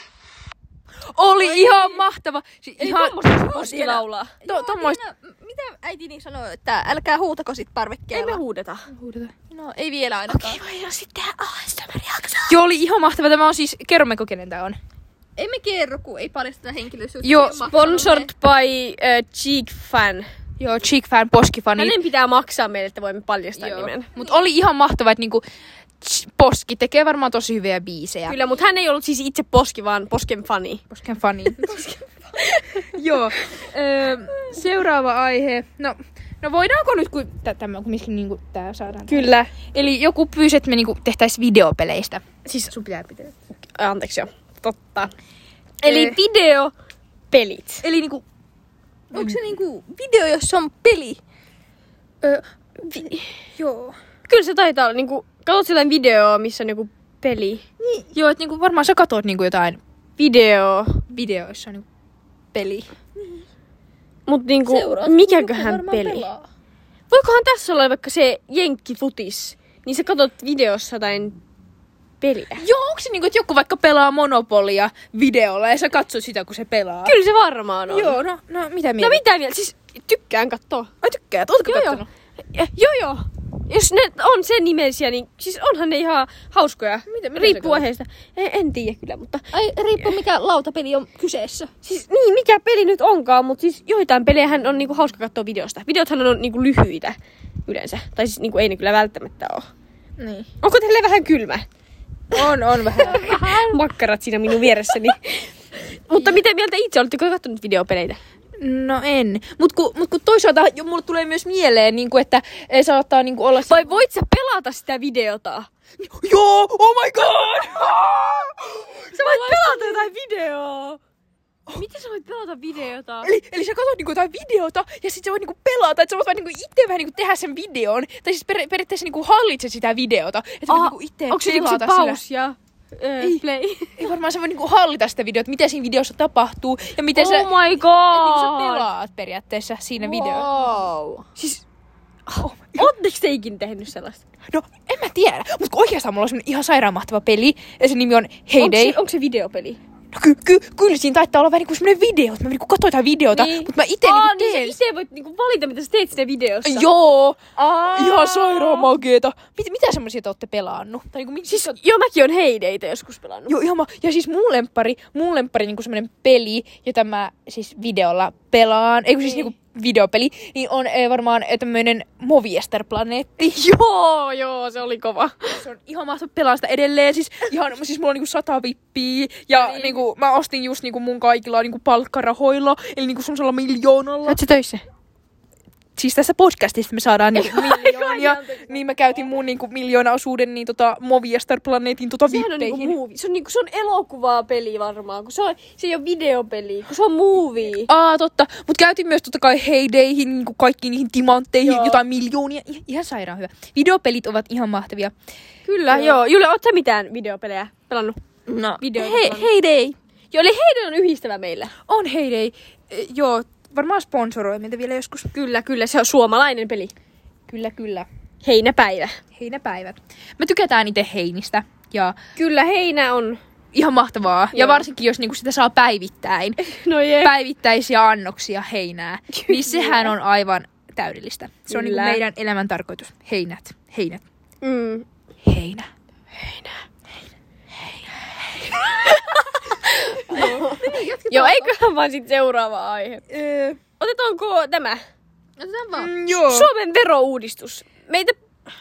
Oli Oi, ihan mahtava. Si- Eli ihan... tommoista se Poski laulaa. To, tommoista. Tiina, mitä äitini sanoi, että älkää huutako sit Ei parvekkeella? me huudeta. No, ei vielä ainakaan. Voidaan sitten tehdä A S M R-jakso. Joo, oli ihan mahtava. Tämä on siis, kerrommeko kenen tää on? Emme kerro, kun ei paljasteta henkilöllisyyttä. Joo, Ei maksa Sponsored meille. by uh, Cheek Fan. Joo, Chick Fan, Poski-fani. Hänen pitää maksaa meille, että voimme paljastaa Joo. nimen. Mut oli ihan mahtava, että niinku Ch- Poski tekee varmaan tosi hyviä biisejä. Kyllä, mutta hän ei ollut siis itse Poski, vaan Posken fani. Posken fani. Joo. Öö, seuraava aihe. No, no voidaanko nyt, kun tä- tämä kumminkin niinku tää saadaan. Kyllä. Eli joku pyysi, että me niinku tehtäis videopeleistä. Siis, Sun pitää pitää. anteeksi jo. Totta. Eli Eh. videopelit. Eli niinku... Onko se niinku video, jossa on peli? Öö, vi- joo. Kyllä se taitaa olla niinku, katsot sellainen video, missä on joku peli. Niin. Joo, että niinku varmaan sä katot niinku jotain Video. videoissa on niinku peli. Mut niinku, Seuraat, mikäköhän joku varmaan peli? pelaa. Voikohan tässä olla vaikka se jenkkifutis? Niin sä katot videossa jotain peliä. Joo, onko se niinku, että joku vaikka pelaa Monopolia videolla ja sä katsot sitä, kun se pelaa? Kyllä se varmaan on. Joo, no, no mitä No mieltä? mitä mieltä? Siis tykkään katsoa. Ai tykkäät, ootko Joo, joo. kattonut? Ja, joo, joo. Jos ne on sen nimisiä, niin siis onhan ne ihan hauskoja. Mitä- mitä Riippuu sä aiheesta. En, en tiedä kyllä, mutta... Ai, riippuu mikä lautapeli on kyseessä. Siis niin, mikä peli nyt onkaan, mutta siis joitain pelejähän on niinku hauska katsoa videosta. Videothan on niinku lyhyitä yleensä. Tai siis niinku ei ne kyllä välttämättä ole. Niin. Onko teille vähän kylmä? On, on vähän. Makkarat siinä minun vieressäni. Mutta miten mieltä itse? Oletteko kattonut videopeleitä? No en. Mut kun, mut kun toisaalta jo mulle tulee myös mieleen, niinku, että ei saattaa niinku olla... se- Vai voit sä pelata sitä videota? Joo, oh my god! Sä voit pelata jotain videoa! Miten sä voit pelata videota? Eli, eli sä katsot niinku jotain videota ja sit sä voit niinku pelata, että sä voit vaan niinku itse vähän niinku tehdä sen videon. Tai siis per, periaatteessa niinku hallitse sitä videota. Että sä voit niinku itse onko se niinku se pelata sillä. paus ja ö, Ei. play? Ei varmaan sä voi niinku hallita sitä videota, mitä siinä videossa tapahtuu ja miten Oh sä, my et niinku sä god! pelaat periaatteessa siinä videossa. Wow. Siis Oh, Ootteko te ikin tehnyt sellaista? no, en mä tiedä. Mutta oikeastaan mulla on semmonen ihan sairaan mahtava peli. Ja se nimi on Hay Onko Day. se, onko se videopeli? No ky, ky, kyllä siinä taittaa olla vähän niinku semmonen video. Että mä niinku katsoin jotain videota. Niin. Mutta mä ite Aa, niinku niin teen. sä ite voit niinku valita, mitä sä teet siinä videossa. Joo. Aa. Ihan sairaan makeeta. Mit, mitä semmosia te ootte pelannut? Tai niinku, mit, Siis, joo, mäkin on Heideitä joskus pelannut. Joo, ihan ma- ja siis mun lemppari, mun lemppari niinku semmonen peli, jota mä siis videolla pelaan, ei kun siis Niin. niinku videopeli, niin on eh, varmaan eh, tämmönen Moviester-planeetti. Joo, joo, se oli kova. Se on ihan mahtava pelaa sitä edelleen. Siis, ihan, siis mulla on niinku sata vippiä ja Niin. niinku, mä ostin just niinku mun kaikilla niinku palkkarahoilla, eli niinku semmoisella miljoonalla. Oot sä töissä? Siis tässä podcastista me saadaan niinku miljoonia, niin mä käytin mun niinku miljoonaosuuden niin tota Moviester-planeetin tota Sehän on vippeihin. niinku movie. Se on, niinku, se on elokuvaa peli varmaan, kun se, on, se ei ole videopeli, kun se on movie. Aa, totta. Mut käytin myös totta kai Heydeihin, niinku kaikkiin niihin timantteihin, Joo. jotain miljoonia. I- ihan sairaan hyvä. Videopelit ovat ihan mahtavia. Kyllä, joo. joo. Julia, oot sä mitään videopelejä pelannut? No, Videoita hei, pelannut? hei dei. Joo, eli Heide on yhdistävä meillä. On Heydei. E, joo, varmaan sponsoroi meitä vielä joskus. Kyllä, kyllä, se on suomalainen peli. Kyllä, kyllä. Heinäpäivä. Heinäpäivät. Me tykätään itse heinistä. Ja Kyllä, heinä on. ihan mahtavaa. Ja Joo. varsinkin, jos niinku sitä saa päivittäin. No jee. Päivittäisiä annoksia heinää. Niin sehän on aivan täydellistä. Se on niinku Kyllä. meidän elämän tarkoitus. Heinät. Heinät. Mm. Heinä. Joo, eiköhän vaan sit seuraava aihe. Öö, Otetaanko tämä? Otetaan vaan. mm, joo. Suomen verouudistus. Meitä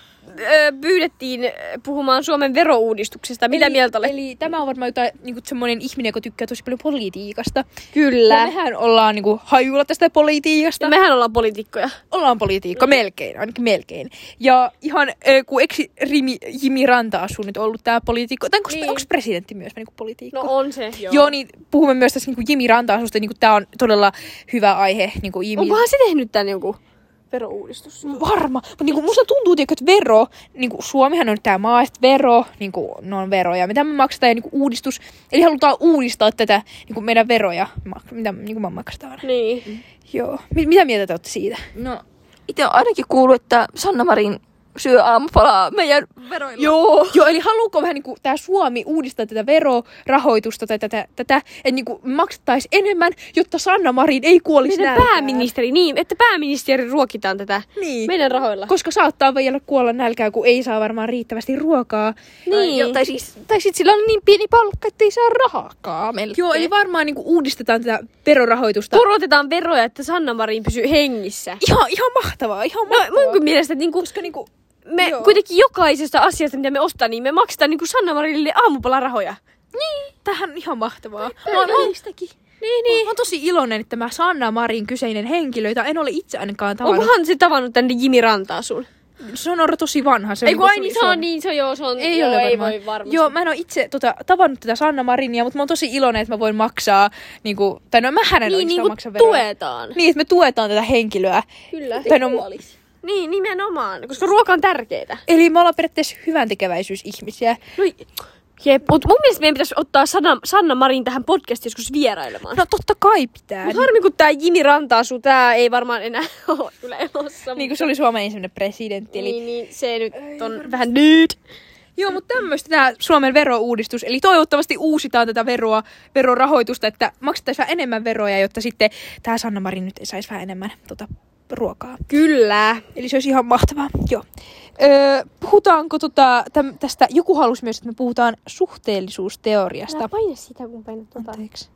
ö, pyydettiin ö, puhumaan Suomen verouudistuksesta. Mitä eli, mieltä olet? Eli tämä on varmaan jotain, niinku, semmoinen ihminen, joka tykkää tosi paljon politiikasta. Kyllä. Ja mehän ollaan niinku, hajuilla tästä politiikasta. Ja mehän ollaan poliitikkoja. Ollaan politiikka, melkein, ainakin melkein. Ja ihan, äh, kun eikö Rimi, Jimi Ranta-Asu nyt ollut tää poliitikko, tai onko Niin. niin. presidentti myös niinku poliitikko? No on se, joo. Joo, niin puhumme myös tässä niinku Jimi Ranta-Asusta, niinku tää on todella hyvä aihe. Niinku Jimi... Onkohan se tehnyt tän joku verouudistus? Varma. Mutta niinku musta tuntuu, tiedätkö, että vero, niinku Suomihan on nyt tää maa, sit vero, niinku ne on veroja, mitä me maksetaan ja niinku uudistus. Eli halutaan uudistaa tätä niinku meidän veroja, mak- mitä niinku me maksetaan. Niin. Joo. M- mitä mieltä te olette siitä? No, itse on ainakin kuullut, että Sanna Marin syö aamupalaa meidän veroilla. Joo. Joo, eli haluuko vähän niinku tää Suomi uudistaa tätä verorahoitusta tai tätä, tätä että niinku maksettaisiin enemmän, jotta Sanna Marin ei kuolisi Meidän nälkään. pääministeri, niin, että pääministeri ruokitaan tätä Niin. meidän rahoilla. Koska saattaa vielä kuolla nälkään, kun ei saa varmaan riittävästi ruokaa. Niin. Jo, tai, siis, tai sit sillä on niin pieni palkka, että ei saa rahaakaan melkein. Joo, eli varmaan niinku uudistetaan tätä verorahoitusta. Korotetaan veroja, että Sanna Marin pysyy hengissä. Ihan, ihan mahtavaa, ihan No mahtavaa. munkin mielestä, että niinku, Koska niinku, me joo. kuitenkin jokaisesta asiasta, mitä me ostaa, niin me maksetaan niinku Sanna Marinille aamupalarahoja. tähän on ihan mahtavaa. Mä Mä oon, oon- niin, niin. Mä oon tosi iloinen, että tämä Sanna Marin kyseinen henkilö, jota en ole itse ainakaan tavannut. Onkohan se tavannut tänne Jimi Ranta-Asun? Se on tosi vanha. Se Ei on kun tosi ai niin, se suora. on niin, se on joo, se on, Ei joo, ole ei varmaan. voi varmasti. Joo, mä en ole itse tota, tavannut tätä Sanna Marinia, mutta mä oon tosi iloinen, että mä voin maksaa, niinku, tai no mähän en niin, oikeastaan niin kuin maksa veroja. tuetaan. Niin, että me tuetaan tätä henkilöä. Kyllä. Tai no, Niin, nimenomaan, koska ruoka on tärkeää. eli me ollaan periaatteessa hyvän tekeväisyysihmisiä. No, jep, mutta mun mielestä meidän pitäisi ottaa Sanna, Sanna Marin tähän podcastiin joskus vierailemaan. No totta kai pitää. Mut harmi, kun tää Jimi Ranta-Asu, tää ei varmaan enää ole kyllä elossa. Niin kuin se oli Suomen ensimmäinen presidentti. Eli... Niin, niin, se nyt on vähän nyt. Joo, mutta tämmöistä tämä Suomen verouudistus. Eli toivottavasti uusitaan tätä veroa, verorahoitusta, että maksettaisiin vähän enemmän veroja, jotta sitten tämä Sanna Marin nyt saisi vähän enemmän tota, ruokaa. Kyllä. Eli se olisi ihan mahtavaa. Joo. Öö, puhutaanko tota, täm, tästä, joku halusi myös, että me puhutaan suhteellisuusteoriasta. Älä paina sitä, kun painat tota. Anteeksi.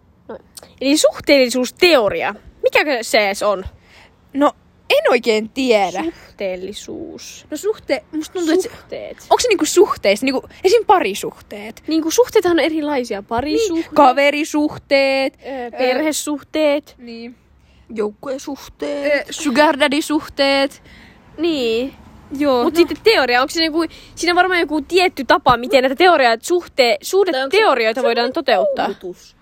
Eli suhteellisuusteoria. Mikä se edes on? No, en oikein tiedä. Suhteellisuus. No suhte, musta tuntuu, että se, Suhteet. onko se niinku suhteissa, niinku, esim. Parisuhteet? Niin kuin suhteethan on erilaisia. Parisuhteet, Kaverisuhteet. ö, perhesuhteet. Niin. Joukkuesuhteet. Ö, sugar daddy-suhteet. Niin. Joo. Mutta sitten teoria, onko se niinku, siinä on varmaan joku tietty tapa, miten näitä teorioita, suhte, suhdeteorioita voidaan toteuttaa. Koulutus.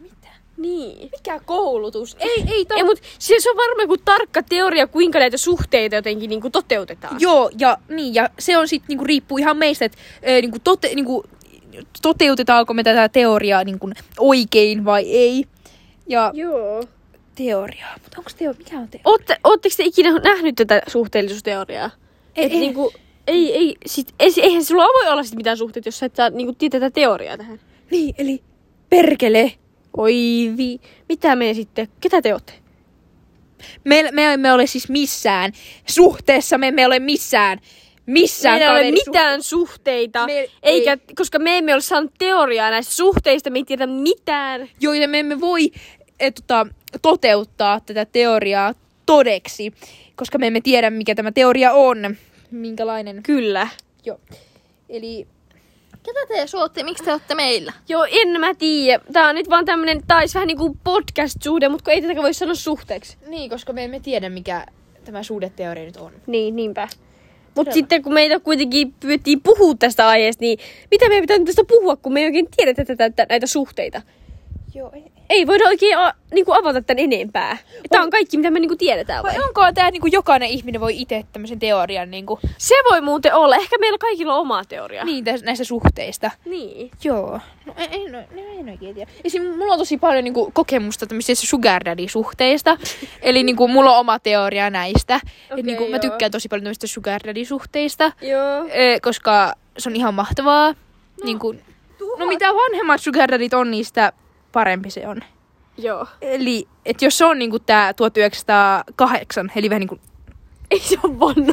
Niin. Mikä koulutus? Ei, ei Ei, mutta se, se on varmaan joku tarkka teoria, kuinka näitä suhteita jotenkin niinku toteutetaan. Joo, ja, niin, ja se on sitten niinku, riippuu ihan meistä, että e, niinku, tote, niinku, toteutetaanko me tätä teoriaa niinku, oikein vai ei. Ja Joo. teoriaa. Mutta onko teo... Mikä on teoria? Ootte, ootteko te ikinä nähnyt tätä suhteellisuusteoriaa? Ei, Et ei. Niinku, ei, ei, sit, ei, eihän sulla voi olla sit mitään suhteita, jos sä et saa niinku, tiedä tätä teoriaa tähän. Niin, eli perkele. Oi vi... Mitä me sitten? Ketä te ootte? Me, me emme ole siis missään suhteessa, me emme ole missään, missään Meillä ei ole kaverisuhteessa. mitään suhteita, Me- eikä, koska me emme ole saanut teoriaa näistä suhteista, me ei tiedä mitään. Joita me emme voi et, tota, toteuttaa tätä teoriaa todeksi, koska me emme tiedä, mikä tämä teoria on. Minkälainen. Kyllä. Joo. Eli Ketä te suotte? Miksi te olette meillä? Joo, en mä tiedä. Tää on nyt vaan tämmönen, tää olisi vähän niinku podcast-suhde, mutta kun ei tätäkään voi sanoa suhteeksi. niin, koska me emme tiedä, mikä tämä suhdeteoria nyt on. Niin, niinpä. Mutta sitten kun meitä kuitenkin pyydettiin puhua tästä aiheesta, niin mitä meidän pitää nyt tästä puhua, kun me ei oikein tiedetä tätä, tätä, näitä suhteita? Joo, ei. Ei voida oikein a, niinku avata tän enempää. Tää on kaikki, mitä me niinku tiedetään vai? Vai onko tämä niinku jokainen ihminen voi itse tämmöisen teorian niinku, Se voi muuten olla. Ehkä meillä kaikilla on oma teoria. niin, täs, näistä suhteista? Niin. Joo. No en, en, en, en oikein tiedä. Esim. Mulla on tosi paljon niinku, kokemusta tämmöisistä sugar daddy-suhteista. Eli niinku, mulla on oma teoria näistä. Okei, Et, niinku, mä joo. tykkään tosi paljon tämmöisistä sugar daddy-suhteista. Joo. E, koska se on ihan mahtavaa. No, niinku, no mitä vanhemmat sugar daddit on, niin sitä parempi se on. Joo. Eli et jos se on niinku tää tuhatyhdeksänsataakahdeksan, eli vähän niinku Ei se on vanha.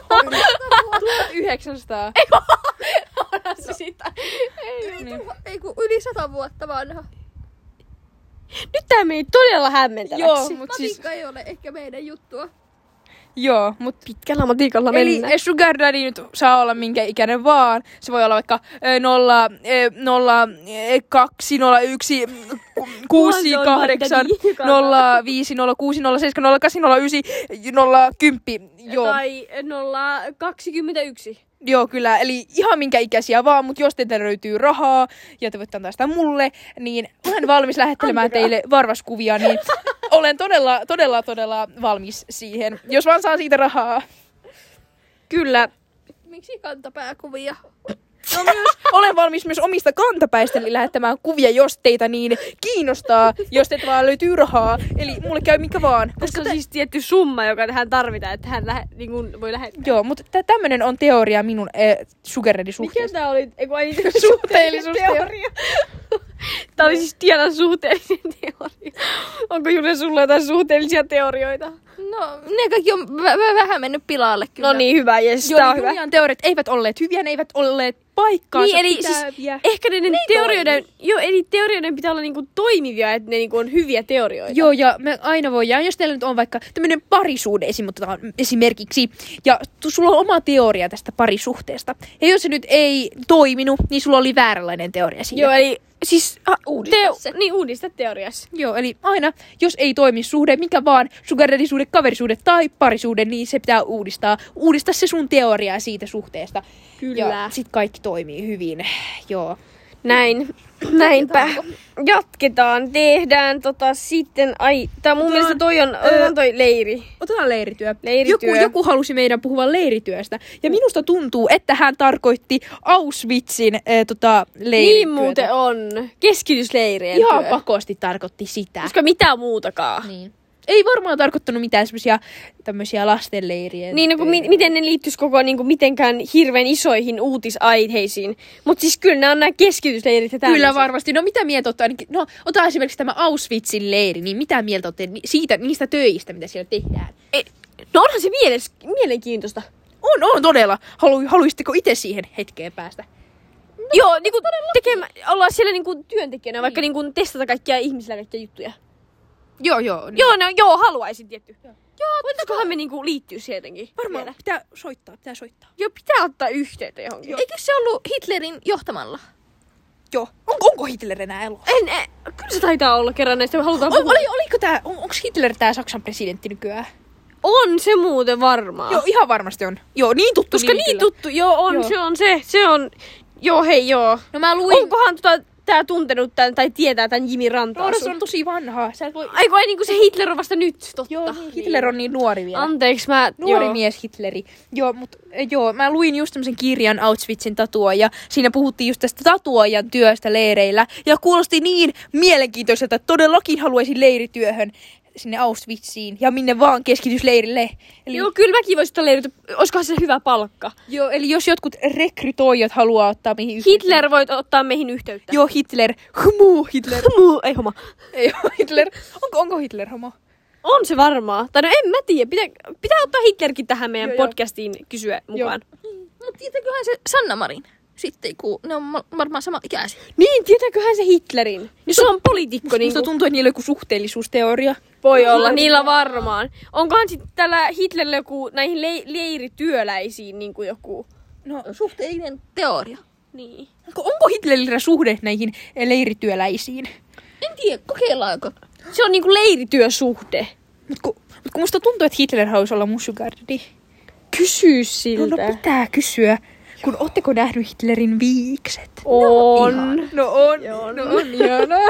yhdeksänsataa. Onhan se sitä. Niin. Ei kun yli sata vuotta vanha. Nyt tää meni todella hämmentäväksi. Joo, mut siis, Matikka ei ole ehkä meidän juttua. joo, mut Pitkällä matikalla eli mennään. sugar daddy nyt saa olla minkä ikäinen vaan. Se voi olla vaikka nolla, nolla, kaksi, nolla, yksi, kuusi, Kuka on kahdeksan, daddy? Kuka on nolla, viisi, nolla, kuusi, nolla, seitsemän, nolla, kahdeksan, nolla, yhdeksän, nolla, kymmenen. Joo, Tai nolla kaksikymmentäyksi. joo, kyllä. Eli ihan minkä ikäisiä vaan, mutta jos teiltä löytyy rahaa ja te voitte antaa sitä mulle, niin olen valmis lähettelemään teille varvaskuvia, niin olen todella, todella, todella valmis siihen, jos vaan saan siitä rahaa. Kyllä. Miksi kantapääkuvia? No myös, olen valmis myös omista kantapäistä lähettämään kuvia, jos teitä niin kiinnostaa, jos teiltä vaan löytyy rahaa. Eli mulle käy mikä vaan. Tässä on siis tietty summa, joka tähän tarvitaan, että hän lähe, niin kuin voi lähettää. Joo, mutta tä- tämmönen on teoria minun äh, sugar daddy Mikä suhteesta. tää oli? Eiku, ai, Suhteellisuusteoria. Tää oli siis Tianan suhteellinen teoria. Onko Julia sulla jotain suhteellisia teorioita? No, ne kaikki on vä- vä- vähän mennyt pilalle kyllä. No niin, hyvä. Jes, Joo, tää on niin hyvä. Julian teoriat eivät olleet hyviä, ne eivät olleet paikkaansa Niin, eli siis pitäviä. ehkä ne, ne teorioiden, joo, eli teorioiden pitää olla niinku toimivia, että ne niinku on hyviä teorioita. Joo, ja me aina voidaan, jos teillä nyt on vaikka tämmöinen parisuhde esim, otetaan esimerkiksi, ja tu- sulla on oma teoria tästä parisuhteesta, ja jos se nyt ei toiminut, niin sulla oli vääränlainen teoria siitä. Joo, eli siis a, Uudista teo, se. niin, uudista teoriassa. Joo, eli aina, jos ei toimi suhde, mikä vaan, sugar daddy-suhde, kaverisuhde tai parisuhde, niin se pitää uudistaa. Uudista se sun teoriaa siitä suhteesta. Kyllä. Ja sit kaikki toimii hyvin. Joo. Näin, näinpä. Jatketaan, tehdään tota sitten, ai, tää mun Otetaan, mielestä toi on, ö, otetaan toi leiri. Otetaan leirityö. Leirityö. Joku, joku halusi meidän puhuvan leirityöstä. Ja minusta tuntuu, että hän tarkoitti Auschwitzin äh, tota, leirityötä. Niin muuten on. Keskitysleirien Ihan työ. pakosti tarkoitti sitä. Koska mitään muutakaan. Niin. Ei varmaan tarkoittanut mitään semmosia tämmösiä lastenleirien. Niin, no, kun mi- miten ne liittyis koko niinku, mitenkään hirveän isoihin uutisaiheisiin. Mutta siis kyllä nämä on nämä keskitysleirit ja tämmöiset. Kyllä varmasti. No mitä mieltä olette ainakin, no ota esimerkiksi tämä Auschwitzin leiri, niin mitä mieltä olette ni- siitä, niistä töistä, mitä siellä tehdään? Ei, no onhan se mieles, mielenkiintoista. On, on todella. Halu, haluaisitteko itse siihen hetkeen päästä? No, joo, niinku tekemä, ollaan siellä niinku työntekijänä, vaikka niinku testata kaikkia ihmisillä kaikkia juttuja. Joo, joo. Niin. Joo, no, joo, haluaisin tietty. Joo, joo voitaiskohan me niinku liittyä siihen jotenkin? Varmaan vielä? pitää soittaa, pitää soittaa. Joo, pitää ottaa yhteyttä johonkin. Eikö se ollut Hitlerin johtamalla? Joo. Onko, onko Hitler enää elossa? En, en, kyllä se taitaa olla kerran näistä, me halutaan O, puhua. oli, oliko tää, on, onko Hitler tää Saksan presidentti nykyään? On se muuten varmaan. Joo, ihan varmasti on. Joo, niin tuttu. Koska niin, kyllä. tuttu, joo on, Joo. se on se, se on, joo hei joo. No mä luin. Onkohan tota, tää tuntenut tän, tai tietää tän Jimi Rantaa? No, se on tosi vanha. Sä et voi... Aiku, ai niinku se Hitler on vasta nyt, totta. Joo, niin, Hitler on niin nuori vielä. Anteeksi, mä... Nuori joo. mies Hitleri. Joo, mut joo, mä luin just tämmösen kirjan Auschwitzin tatuoja. Siinä puhuttiin just tästä tatuojan työstä leireillä. Ja kuulosti niin mielenkiintoiselta, että todellakin haluaisin leirityöhön. sinne Auschwitziin ja minne vaan keskitysleirille. Eli, Joo, kyllä mäkin voisin olla leirit. Olisikohan se hyvä palkka? joo, eli jos jotkut rekrytoijat haluaa ottaa meihin yhteyttä. Hitler voit ottaa meihin yhteyttä. Joo, Hitler. Muu Hitler. Muu, ei homma. Ei ole Hitler. Onko, onko Hitler homo? On se varmaa. Tai no en mä tiedä. Pitää, pitää ottaa Hitlerkin tähän meidän Joo, joo. podcastiin kysyä mukaan. Mutta tietääköhän se Sanna Marin? Sitten kun ne on ma- varmaan sama ikäisiä. Niin, tietääköhän se Hitlerin? Jos se on poliitikko, niin Musta tuntuu, että niillä on joku suhteellisuusteoria. voi olla. Niillä varmaan. Onkohan sitten tällä Hitlerillä joku näihin le- leirityöläisiin niin kuin joku... No, Suhteellinen teoria. Niin. onko, onko Hitlerillä suhde näihin leirityöläisiin? En tiedä, kokeillaanko? Se on niinku leirityösuhde. Mut kun, mut kun musta tuntuu, että Hitler haluaisi olla mun sugar daddy. Kysy No, siltä. no pitää kysyä. Kun ootteko nähnyt Hitlerin viikset? On. No on. Joo, No on ihanaa.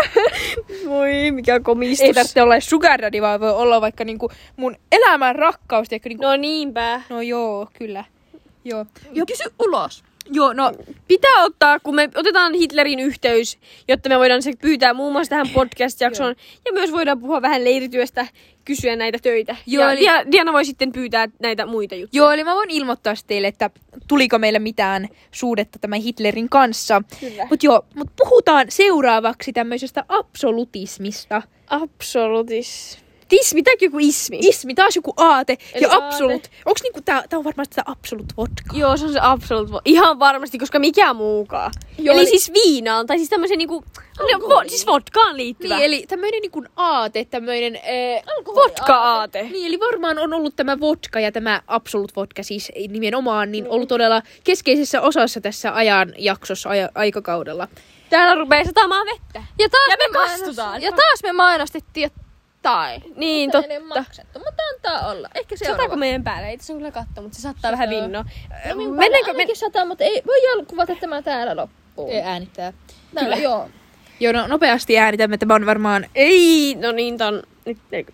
Voi, mikä komistus. Ei tarvitse olla edes sugar daddy, vaan voi olla vaikka niinku mun elämän rakkaus. Niinku... No niinpä. no joo, kyllä. Joo. Jo, kysy ulos. Joo, no Pitää ottaa, kun me otetaan Hitlerin yhteys, jotta me voidaan se pyytää muun muassa tähän podcast-jaksoon. Ja myös voidaan puhua vähän leirityöstä, kysyä näitä töitä. Joo, ja eli- Dia- Diana voi sitten pyytää näitä muita juttuja. Joo, eli mä voin ilmoittaa sit teille, että tuliko meille mitään suhdetta tämän Hitlerin kanssa. Kyllä. Mut joo, mut puhutaan seuraavaksi tämmöisestä absolutismista. Absolutis. Tismi, tääkin joku ismi. Ismi, taas joku aate. Eli ja aate. absolut. Onks niinku tää, tää on varmaan sitä absolut vodka. Joo, se on se absolut. vo- Ihan varmasti, koska mikä muukaan. Joo, eli, eli- siis viinaan, tai siis tämmöisen niinku, no, vo, siis vodkaan liittyvä. Niin, eli tämmöinen niinku aate, tämmöinen äh, vodka-aate. Niin, eli varmaan on ollut tämä vodka ja tämä absolut vodka siis nimenomaan niin ollut todella keskeisessä osassa tässä ajan jaksossa, aja, aikakaudella. Täällä rupeaa satamaan vettä. Ja taas Ja me mainos- kastutaan. Ja taas me mainostettiin, että tai. Niin, Mutta ei totta. maksettu, mutta antaa olla. Ehkä seuraava. Sataako meidän päälle? Ei tässä on kyllä katto, mutta se saattaa vähän vinnoa. No, minun Mennäänkö Mennäänkö me... me... sataa, mutta ei voi kuvata tämä täällä loppuun. Ei äänittää. Täällä, joo. Joo, no nopeasti äänitämme. Tämä on varmaan... Ei, no niin, ton... Nyt, ei,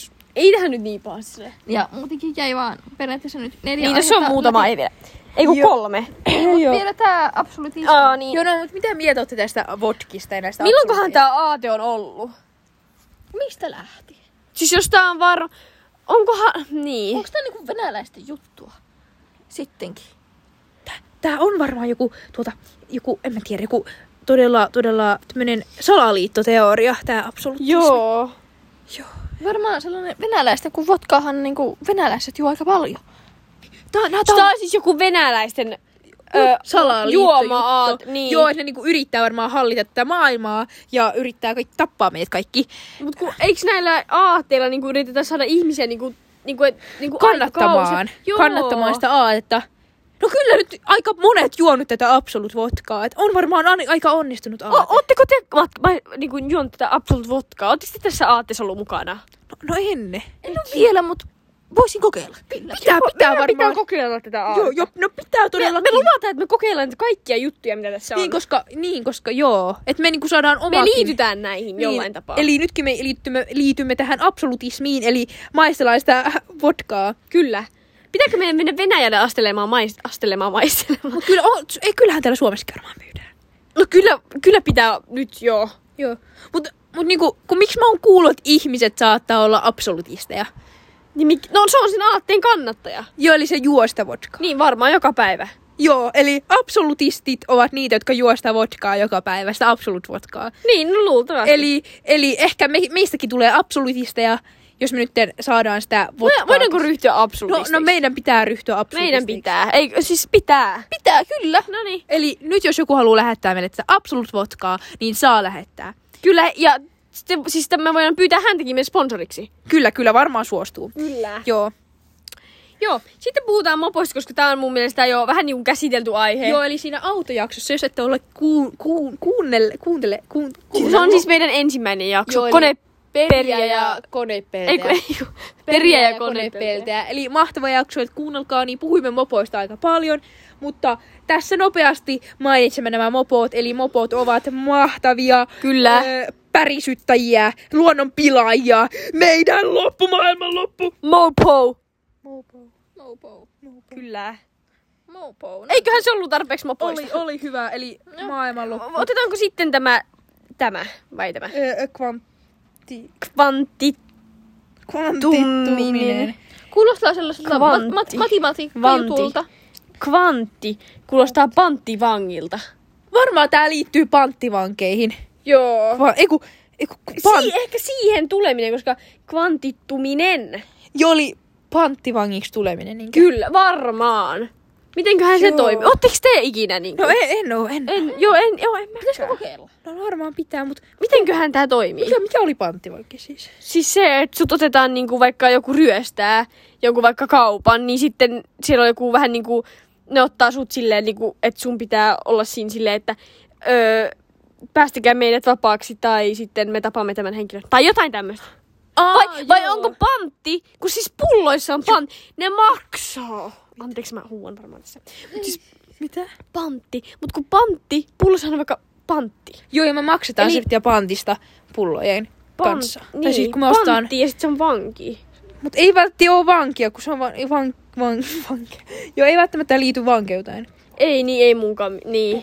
ei tähän nyt niin pahasti. Ja muutenkin jäi vaan periaatteessa nyt neljä Niin, tässä on aihetta muutama, läpi. ei vielä. Ei kun Joo. kolme. Joo. Vielä tää absolutismi. Aa, niin. Joo, no, mutta mitä mieltä olette tästä vodkista ja näistä Milloinkohan absoluteista? tää aate on ollut? Mistä lähti? Siis jos tää on varma... Onkohan... Niin. Onko tää niinku venäläisten juttua? Sittenkin. Tää on varmaan joku, tuota, joku, en mä tiedä, joku todella, todella tämmönen salaliittoteoria, tää absolutismi. Joo. Varmaan sellainen venäläistä, kun vodkaahan niinku venäläiset juo aika paljon. Tää, nää, Tää on siis joku venäläisten... Ö, juoma-aate. Niin. Joo, että ne niinku yrittää varmaan hallita tätä maailmaa ja yrittää kaikki tappaa meidät kaikki. Mut kun, eiks näillä aatteilla niinku yritetään saada ihmisiä niinku... Niinku, et, niinku Kannattamaan, aikakausi- Joo. kannattamaan sitä aatetta. No kyllä nyt aika monet juonut tätä absolut vodkaa, et on varmaan an- aika onnistunut aate. O, ootteko te mat, ma, niinku, juonut tätä Absolut Vodkaa? Ootteko te tässä aatteessa ollut mukana? No, no enne. En ole vielä, mutta voisin kokeilla. Kyllä. Pitää, pitää Meidän varmaan. pitää kokeilla tätä aatetta. Joo, joo, no pitää Me, todella. me luvataan, että me kokeillaan niitä kaikkia juttuja, mitä tässä on. Niin, koska, niin, koska joo. Että me niinku saadaan me omakin. liitytään näihin Niin, jollain tapaa. Eli nytkin me liittymme, liitymme tähän absolutismiin, eli maistellaan sitä vodkaa. Kyllä. Pitääkö meidän mennä Venäjälle astelemaan, maist, astelemaan maistelemaan? Mut kyllä, on, ei, kyllähän täällä Suomessakin varmaan myydään. No kyllä, kyllä pitää nyt joo. Joo. Mut, mut niinku, kun miksi mä oon kuullut, että ihmiset saattaa olla absolutisteja? Niin, mik, no se on sen aatteen kannattaja. Joo, eli se juo sitä vodkaa. Niin varmaan joka päivä. Joo, eli absolutistit ovat niitä, jotka juo sitä vodkaa joka päivä, sitä absolut-vodkaa. Niin, no luultavasti. Eli, eli ehkä me, meistäkin tulee absolutisteja, jos me nyt saadaan sitä vodkaa. Voidaanko ryhtyä No, absolutistiksi? no meidän pitää ryhtyä absolutistiksi. Meidän pitää. Ei, siis pitää. Pitää, kyllä. No niin. Eli nyt jos joku haluaa lähettää meille sitä absolut-vodkaa, niin saa lähettää. Kyllä, ja sitten, siis sitten me voidaan pyytää häntäkin meidän sponsoriksi. Kyllä, kyllä varmaan suostuu. Kyllä. Joo. Joo, sitten puhutaan mopoista, koska tää on mun mielestä jo vähän niin kuin käsitelty aihe. Joo, eli siinä autojaksossa, jos ette ole kuun, kuun, kuunnelle, kuuntele, kuun, kuun, Se on siis meidän ensimmäinen jakso. Joo, eli Kone... periä ja konepeltejä. Ei, kun- ei, kun- periä ja konepeltejä. konepeltejä. Eli mahtava jakso, että kuunnelkaa, niin puhuimme mopoista aika paljon. Mutta tässä nopeasti mainitsemme nämä mopot, eli mopot ovat mahtavia. Kyllä. Ö, pärisyttäjiä, luonnon pilaajia, meidän loppu, maailman loppu. Mopo. Mopo. Mopo. Kyllä. Mopo. Eiköhän se ollut tarpeeksi mopoista. Oli, oli hyvä, eli maailman loppu. Otetaanko sitten tämä, tämä vai tämä? Ö, kvantti. Kvanti... Kvantittuminen. Kuulostaa sellaiselta Kvantti. mat- mat- matematiikka Kvantti. jutulta. Kvantti kuulostaa panttivangilta. Varmaan tää liittyy panttivankeihin. Joo. Va- eiku, eiku, pan- Si- ehkä siihen tuleminen, koska kvantittuminen. Joli panttivangiksi tuleminen. Niin Kyllä, varmaan. Mitenköhän se Joo. toimii? Ootteko te ikinä niinku? No en, en oo, en. En, joo, en, joo, en mäkään. kokeilla? No varmaan pitää, mutta Mitenköhän tää toimii? mikä, mikä oli panttivanki siis? Siis se, että sut otetaan niinku vaikka joku ryöstää, joku vaikka kaupan, niin sitten siellä on joku vähän niinku, ne ottaa sut silleen niinku, että sun pitää olla siinä silleen, että öö, päästäkää meidät vapaaksi tai sitten me tapamme tämän henkilön. Tai jotain tämmöistä. Aa, Vai, vai onko pantti? Kun siis pulloissa on pantti. Ne maksaa. Anteeksi, mä huuan varmaan tässä. Mut siis Mitä? pantti. Mut kun pantti, pullossa on vaikka pantti. Joo, ja me maksetaan Eli- Eli... pantista pullojen kanssa. Niin, Tai siis kun me ostetaan... pantti ja sit se on vanki. Mutta ei välttämättä ole vankia, kun se on van... van... van... vanke. Joo, ei välttämättä liity vankeuteen. Ei, niin ei munkaan. Niin.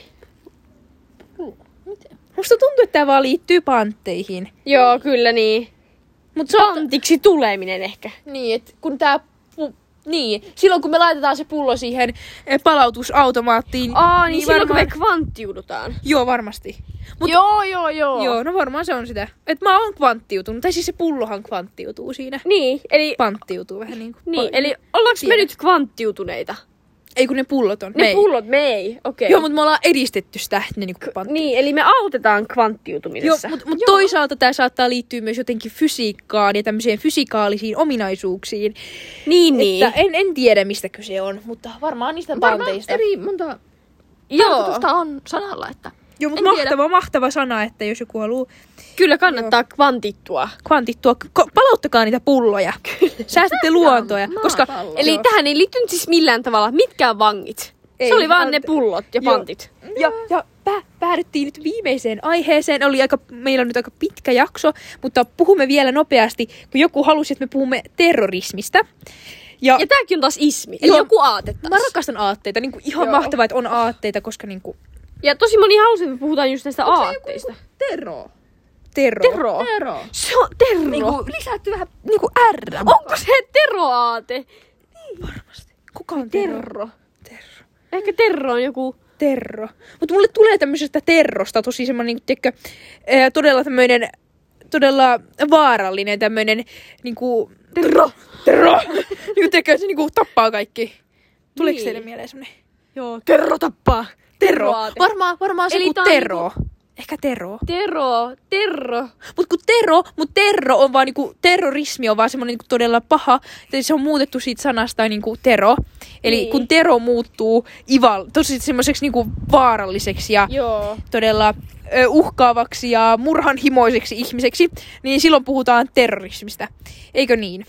Musta tuntuu, että tää vaan liittyy pantteihin. Joo, kyllä niin. Mut se on... Pantiksi tuleminen ehkä. Niin, että kun tää... Pu... Niin, silloin kun me laitetaan se pullo siihen eh, palautusautomaattiin... Aa, niin, niin silloin varmaan... kun me kvanttiudutaan. Joo, varmasti. Mut... Joo, joo, joo. Joo, no varmaan se on sitä. Että mä oon kvanttiutunut. Tai siis se pullohan kvanttiutuu siinä. Niin, eli... Panttiutuu vähän niin kuin. Niin, eli ollaanko me Tiedän. nyt kvanttiutuneita? Ei kun ne pullot on. Ne me ei. pullot, me ei. Okei. Joo, mutta me ollaan edistetty sitä, että ne niinku pantti. Niin, eli me autetaan Joo, kvanttiutumisessa. mutta mut toisaalta tämä saattaa liittyä myös jotenkin fysiikkaan ja tämmöiseen fysikaalisiin ominaisuuksiin. Niin, niin. Että en, en tiedä, mistä kyse on, mutta varmaan niistä panteista. eri monta Joo, tarkoitusta on sanalla, että Joo, mutta en tiedä. mahtava, mahtava sana, että jos joku haluaa kyllä kannattaa kvantittua. kvantittua, ko- palauttakaa niitä pulloja. Säästätte luontoa, Maa- koska... maapallo. Eli Joo. tähän ei liittynyt siis millään tavalla mitkään vangit. Ei, se oli vaan ante- ne pullot ja Joo. pantit. Ja, ja pä- päädyttiin nyt viimeiseen aiheeseen. Oli aika, meillä on nyt aika pitkä jakso, mutta puhumme vielä nopeasti, kun joku halusi, että me puhumme terrorismista. Ja, Ja tääkin on taas ismi, eli Joo. joku aate taas. mä rakastan aatteita. Niin kuin ihan Joo. mahtavaa, että on aatteita, koska niin kuin, Ja tosi moni halusi, että me puhutaan just näistä aatteista. Tero. terro. Tero. Tero. Se on terro. Niinku lisätty vähän niinku R. Onko se teroaate? Varmasti. Kuka on terro? Terro. Terro. Ehkä terro on joku... Terro. Mutta mulle tulee tämmöisestä terrosta tosi semmoinen, niin tiedätkö, ää, todella tämmöinen, todella vaarallinen tämmöinen, niinku... Terro! Terro! niinku tiedätkö, se niinku tappaa kaikki. Tuleeko Niin. teille mieleen semmoinen? Joo, terro tappaa. Terro. Terroaate. Varmaan, varmaan se Eli kuin tää on tero. Ehkä tero. Tero, terro. Mut kun tero, mut terro on vaan niinku, terrorismi on vaan semmonen niinku todella paha. Eli se on muutettu siitä sanasta niinku tero. Eli Niin. kun tero muuttuu ival, tosi semmoiseksi niinku vaaralliseksi ja Joo. todella ö, uhkaavaksi ja murhanhimoiseksi ihmiseksi, niin silloin puhutaan terrorismista. Eikö niin?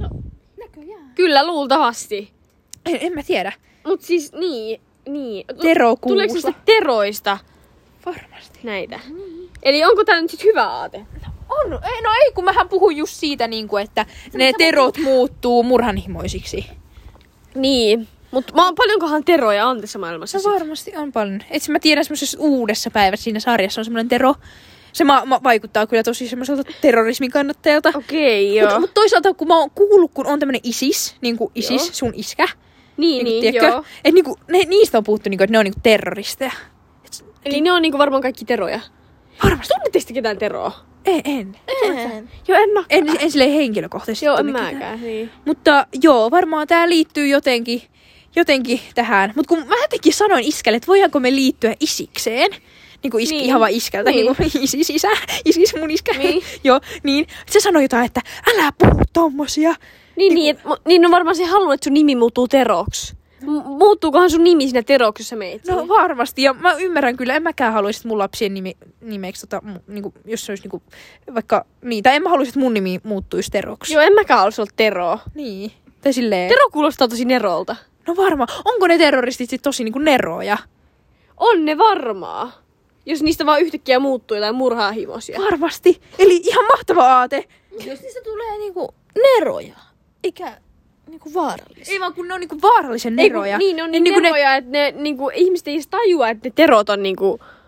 Kyllä, luultavasti. En, en mä tiedä. Mut siis niin, niin. Tu- Terokuusta. Tuleeko niistä teroista Varmasti. näitä? Eli onko tää nyt sit hyvä aate? On. Ei, no ei, kun mähän puhun just siitä, niinku, että ne terot muuttuu murhanhimoisiksi. Niin. Mut ma- paljonkohan teroja on tässä maailmassa No sit? varmasti on paljon. Et mä tiedän semmoisessa uudessa päivässä siinä sarjassa on semmoinen tero. Se ma- ma- vaikuttaa kyllä tosi semmoiselta terrorismin kannattajalta. Okei, joo. Mutta mut toisaalta kun mä oon kuullut, kun on tämmönen ISIS, niin kuin ISIS, Joo. sun iskä. niin, niin, tiedätkö? joo. Et niinku, ne, niistä on puhuttu, niinku, että ne on niinku terroristeja. Eli ne on niinku varmaan kaikki teroja. Varmasti. Tunnetteko te ketään teroa? En. En, En. Joo, en mä. en, en silleen henkilökohtaisesti. Joo, en tunne ketään. mäkään. Niin. Mutta joo, varmaan tää liittyy jotenkin, jotenkin tähän. Mutta kun mä jotenkin sanoin iskälle, että voidaanko me liittyä isikseen. Niin kuin iski, Niin. ihan vaan iskältä, Niin. niin kuin isis isä, isis mun iskä. Niin. Joo, niin se sanoi jotain, että älä puhu tommosia. Niin, niin, et, mu- niin no varmaan se haluaa, että sun nimi muuttuu teroksi. M- muuttuukohan sun nimi siinä teroksi, jos sä meet No sinne? varmasti, ja mä ymmärrän kyllä, en mäkään haluaisi, että mun lapsien nimi, nimeksi, tota, mu, niinku, jos se olisi niinku, vaikka niitä, en mä haluaisi, että mun nimi muuttuisi teroksi. Joo, en mäkään haluaisi olla tero. Niin, tai silleen. Tero kuulostaa tosi nerolta. No varmaan, onko ne terroristit sit tosi niinku neroja? On ne varmaa. Jos niistä vaan yhtäkkiä muuttuu jotain murhaahimoisia. Varmasti, eli ihan mahtava aate. Jos niistä tulee niinku neroja, eikä niinku vaarallisia. Ei vaan kun ne on niinku vaarallisen Ei, kun, neroja. niin, ne on niin niinku neroja, että ne, niinku, ihmiset ei edes tajua, että ne terot on niinku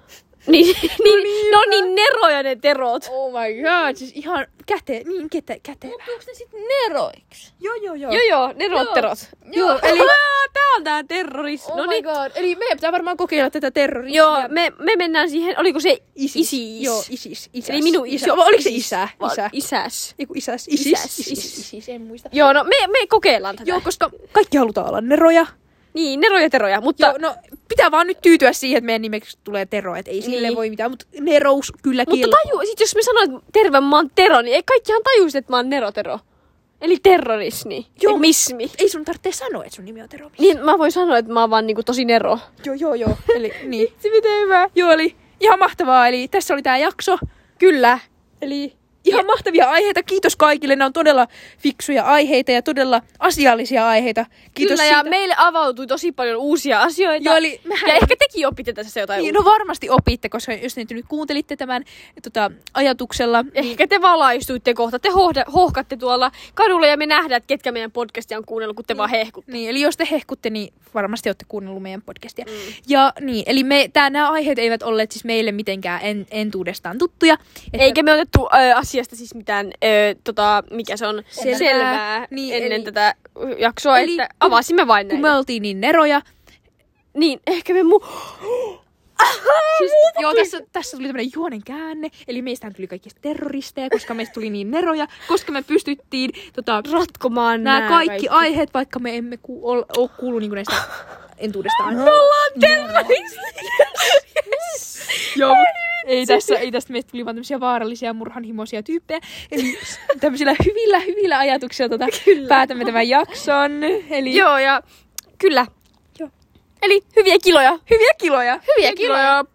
Niin, niin, no niin, neroja ne terot. Oh my god, siis ihan käte, niin käte, käte. Onko ne sit neroiksi? Joo, joo, joo. Joo joo, nerot terot. Joo, eli... Tää on tää terrorismi. Oh No my niin. god, eli meidän pitää varmaan kokeilla tätä terrorismia. Joo, me, me mennään siihen, oliko se Isis. Isis? Joo, Isis. Isäs. Eli minun isä. Joo, oliko se Isis. isä? Va- Isä. Isäs. Eiku isäs. Isis. Isäs. Isis. Isis. Isis. En muista. Joo, no me, me kokeillaan tätä. Joo, koska kaikki halutaan olla neroja. Niin, neroja teroja, mutta... Joo, no pitää vaan nyt tyytyä siihen, että meidän nimeksi tulee Tero, että ei sille Niin. voi mitään, mutta nerous kyllä Mutta kilpaa. taju, sit jos me sanoin, että terve mä oon Tero, niin ei kaikkihan tajuisi, että mä oon nerotero. Eli terrorismi. Joo. Joo. Mismi. Ei sun tarvitse sanoa, että sun nimi on Tero. Niin mä voin sanoa, että mä oon vaan niinku tosi nero. Joo, joo, joo. Eli niin. Se miten hyvä. Joo, eli ihan mahtavaa. Eli tässä oli tää jakso. Kyllä. Eli ihan mahtavia aiheita. Kiitos kaikille. Ne on todella fiksuja aiheita ja todella asiallisia aiheita. Kiitos Kyllä, siitä. ja meille avautui tosi paljon uusia asioita. Joo, eli mehän... Ja ehkä tekin opitte tässä jotain Niin, uutta. no varmasti opitte, koska jos nyt nyt kuuntelitte tämän tota, ajatuksella, niin Ehkä te valaistuitte kohta. Te hohda, hohkatte tuolla kadulla ja me nähdään, että ketkä meidän podcastia on kuunnellut, kun te vaan hehkutte. niin, eli jos te hehkutte, niin varmasti olette kuunnellut meidän podcastia. Mm. Ja niin, eli me, tää, nämä aiheet eivät olleet siis meille mitenkään en, entuudestaan tuttuja. Että, Eikä me otettu ö, asiasta siis mitään, ö, tota, mikä se on, Selvää. selvää, Niin, ennen eli- tätä jaksoa, eli että kun- avasimme vain kun näin. me oltiin niin neroja. Niin, ehkä me mu... Siis, joo, tässä, tässä tuli tämmöinen juonen käänne. Eli meistähän tuli kaikista terroristeja, koska meistä tuli niin neroja. Koska me pystyttiin tota, ratkomaan nämä nää kaikki, kaikki aiheet, vaikka me emme ku, ol, ole kuullut niinku näistä entuudestaan. Me ollaan terroristeja! Joo, mut ei, tässä, ei tästä meistä tuli vaan tämmöisiä vaarallisia murhanhimoisia tyyppejä. Eli tämmöisillä hyvillä, hyvillä ajatuksilla tota, päätämme tämän jakson. Eli Joo, ja kyllä. Joo. Eli hyviä kiloja. hyviä kiloja. Hyviä kiloja.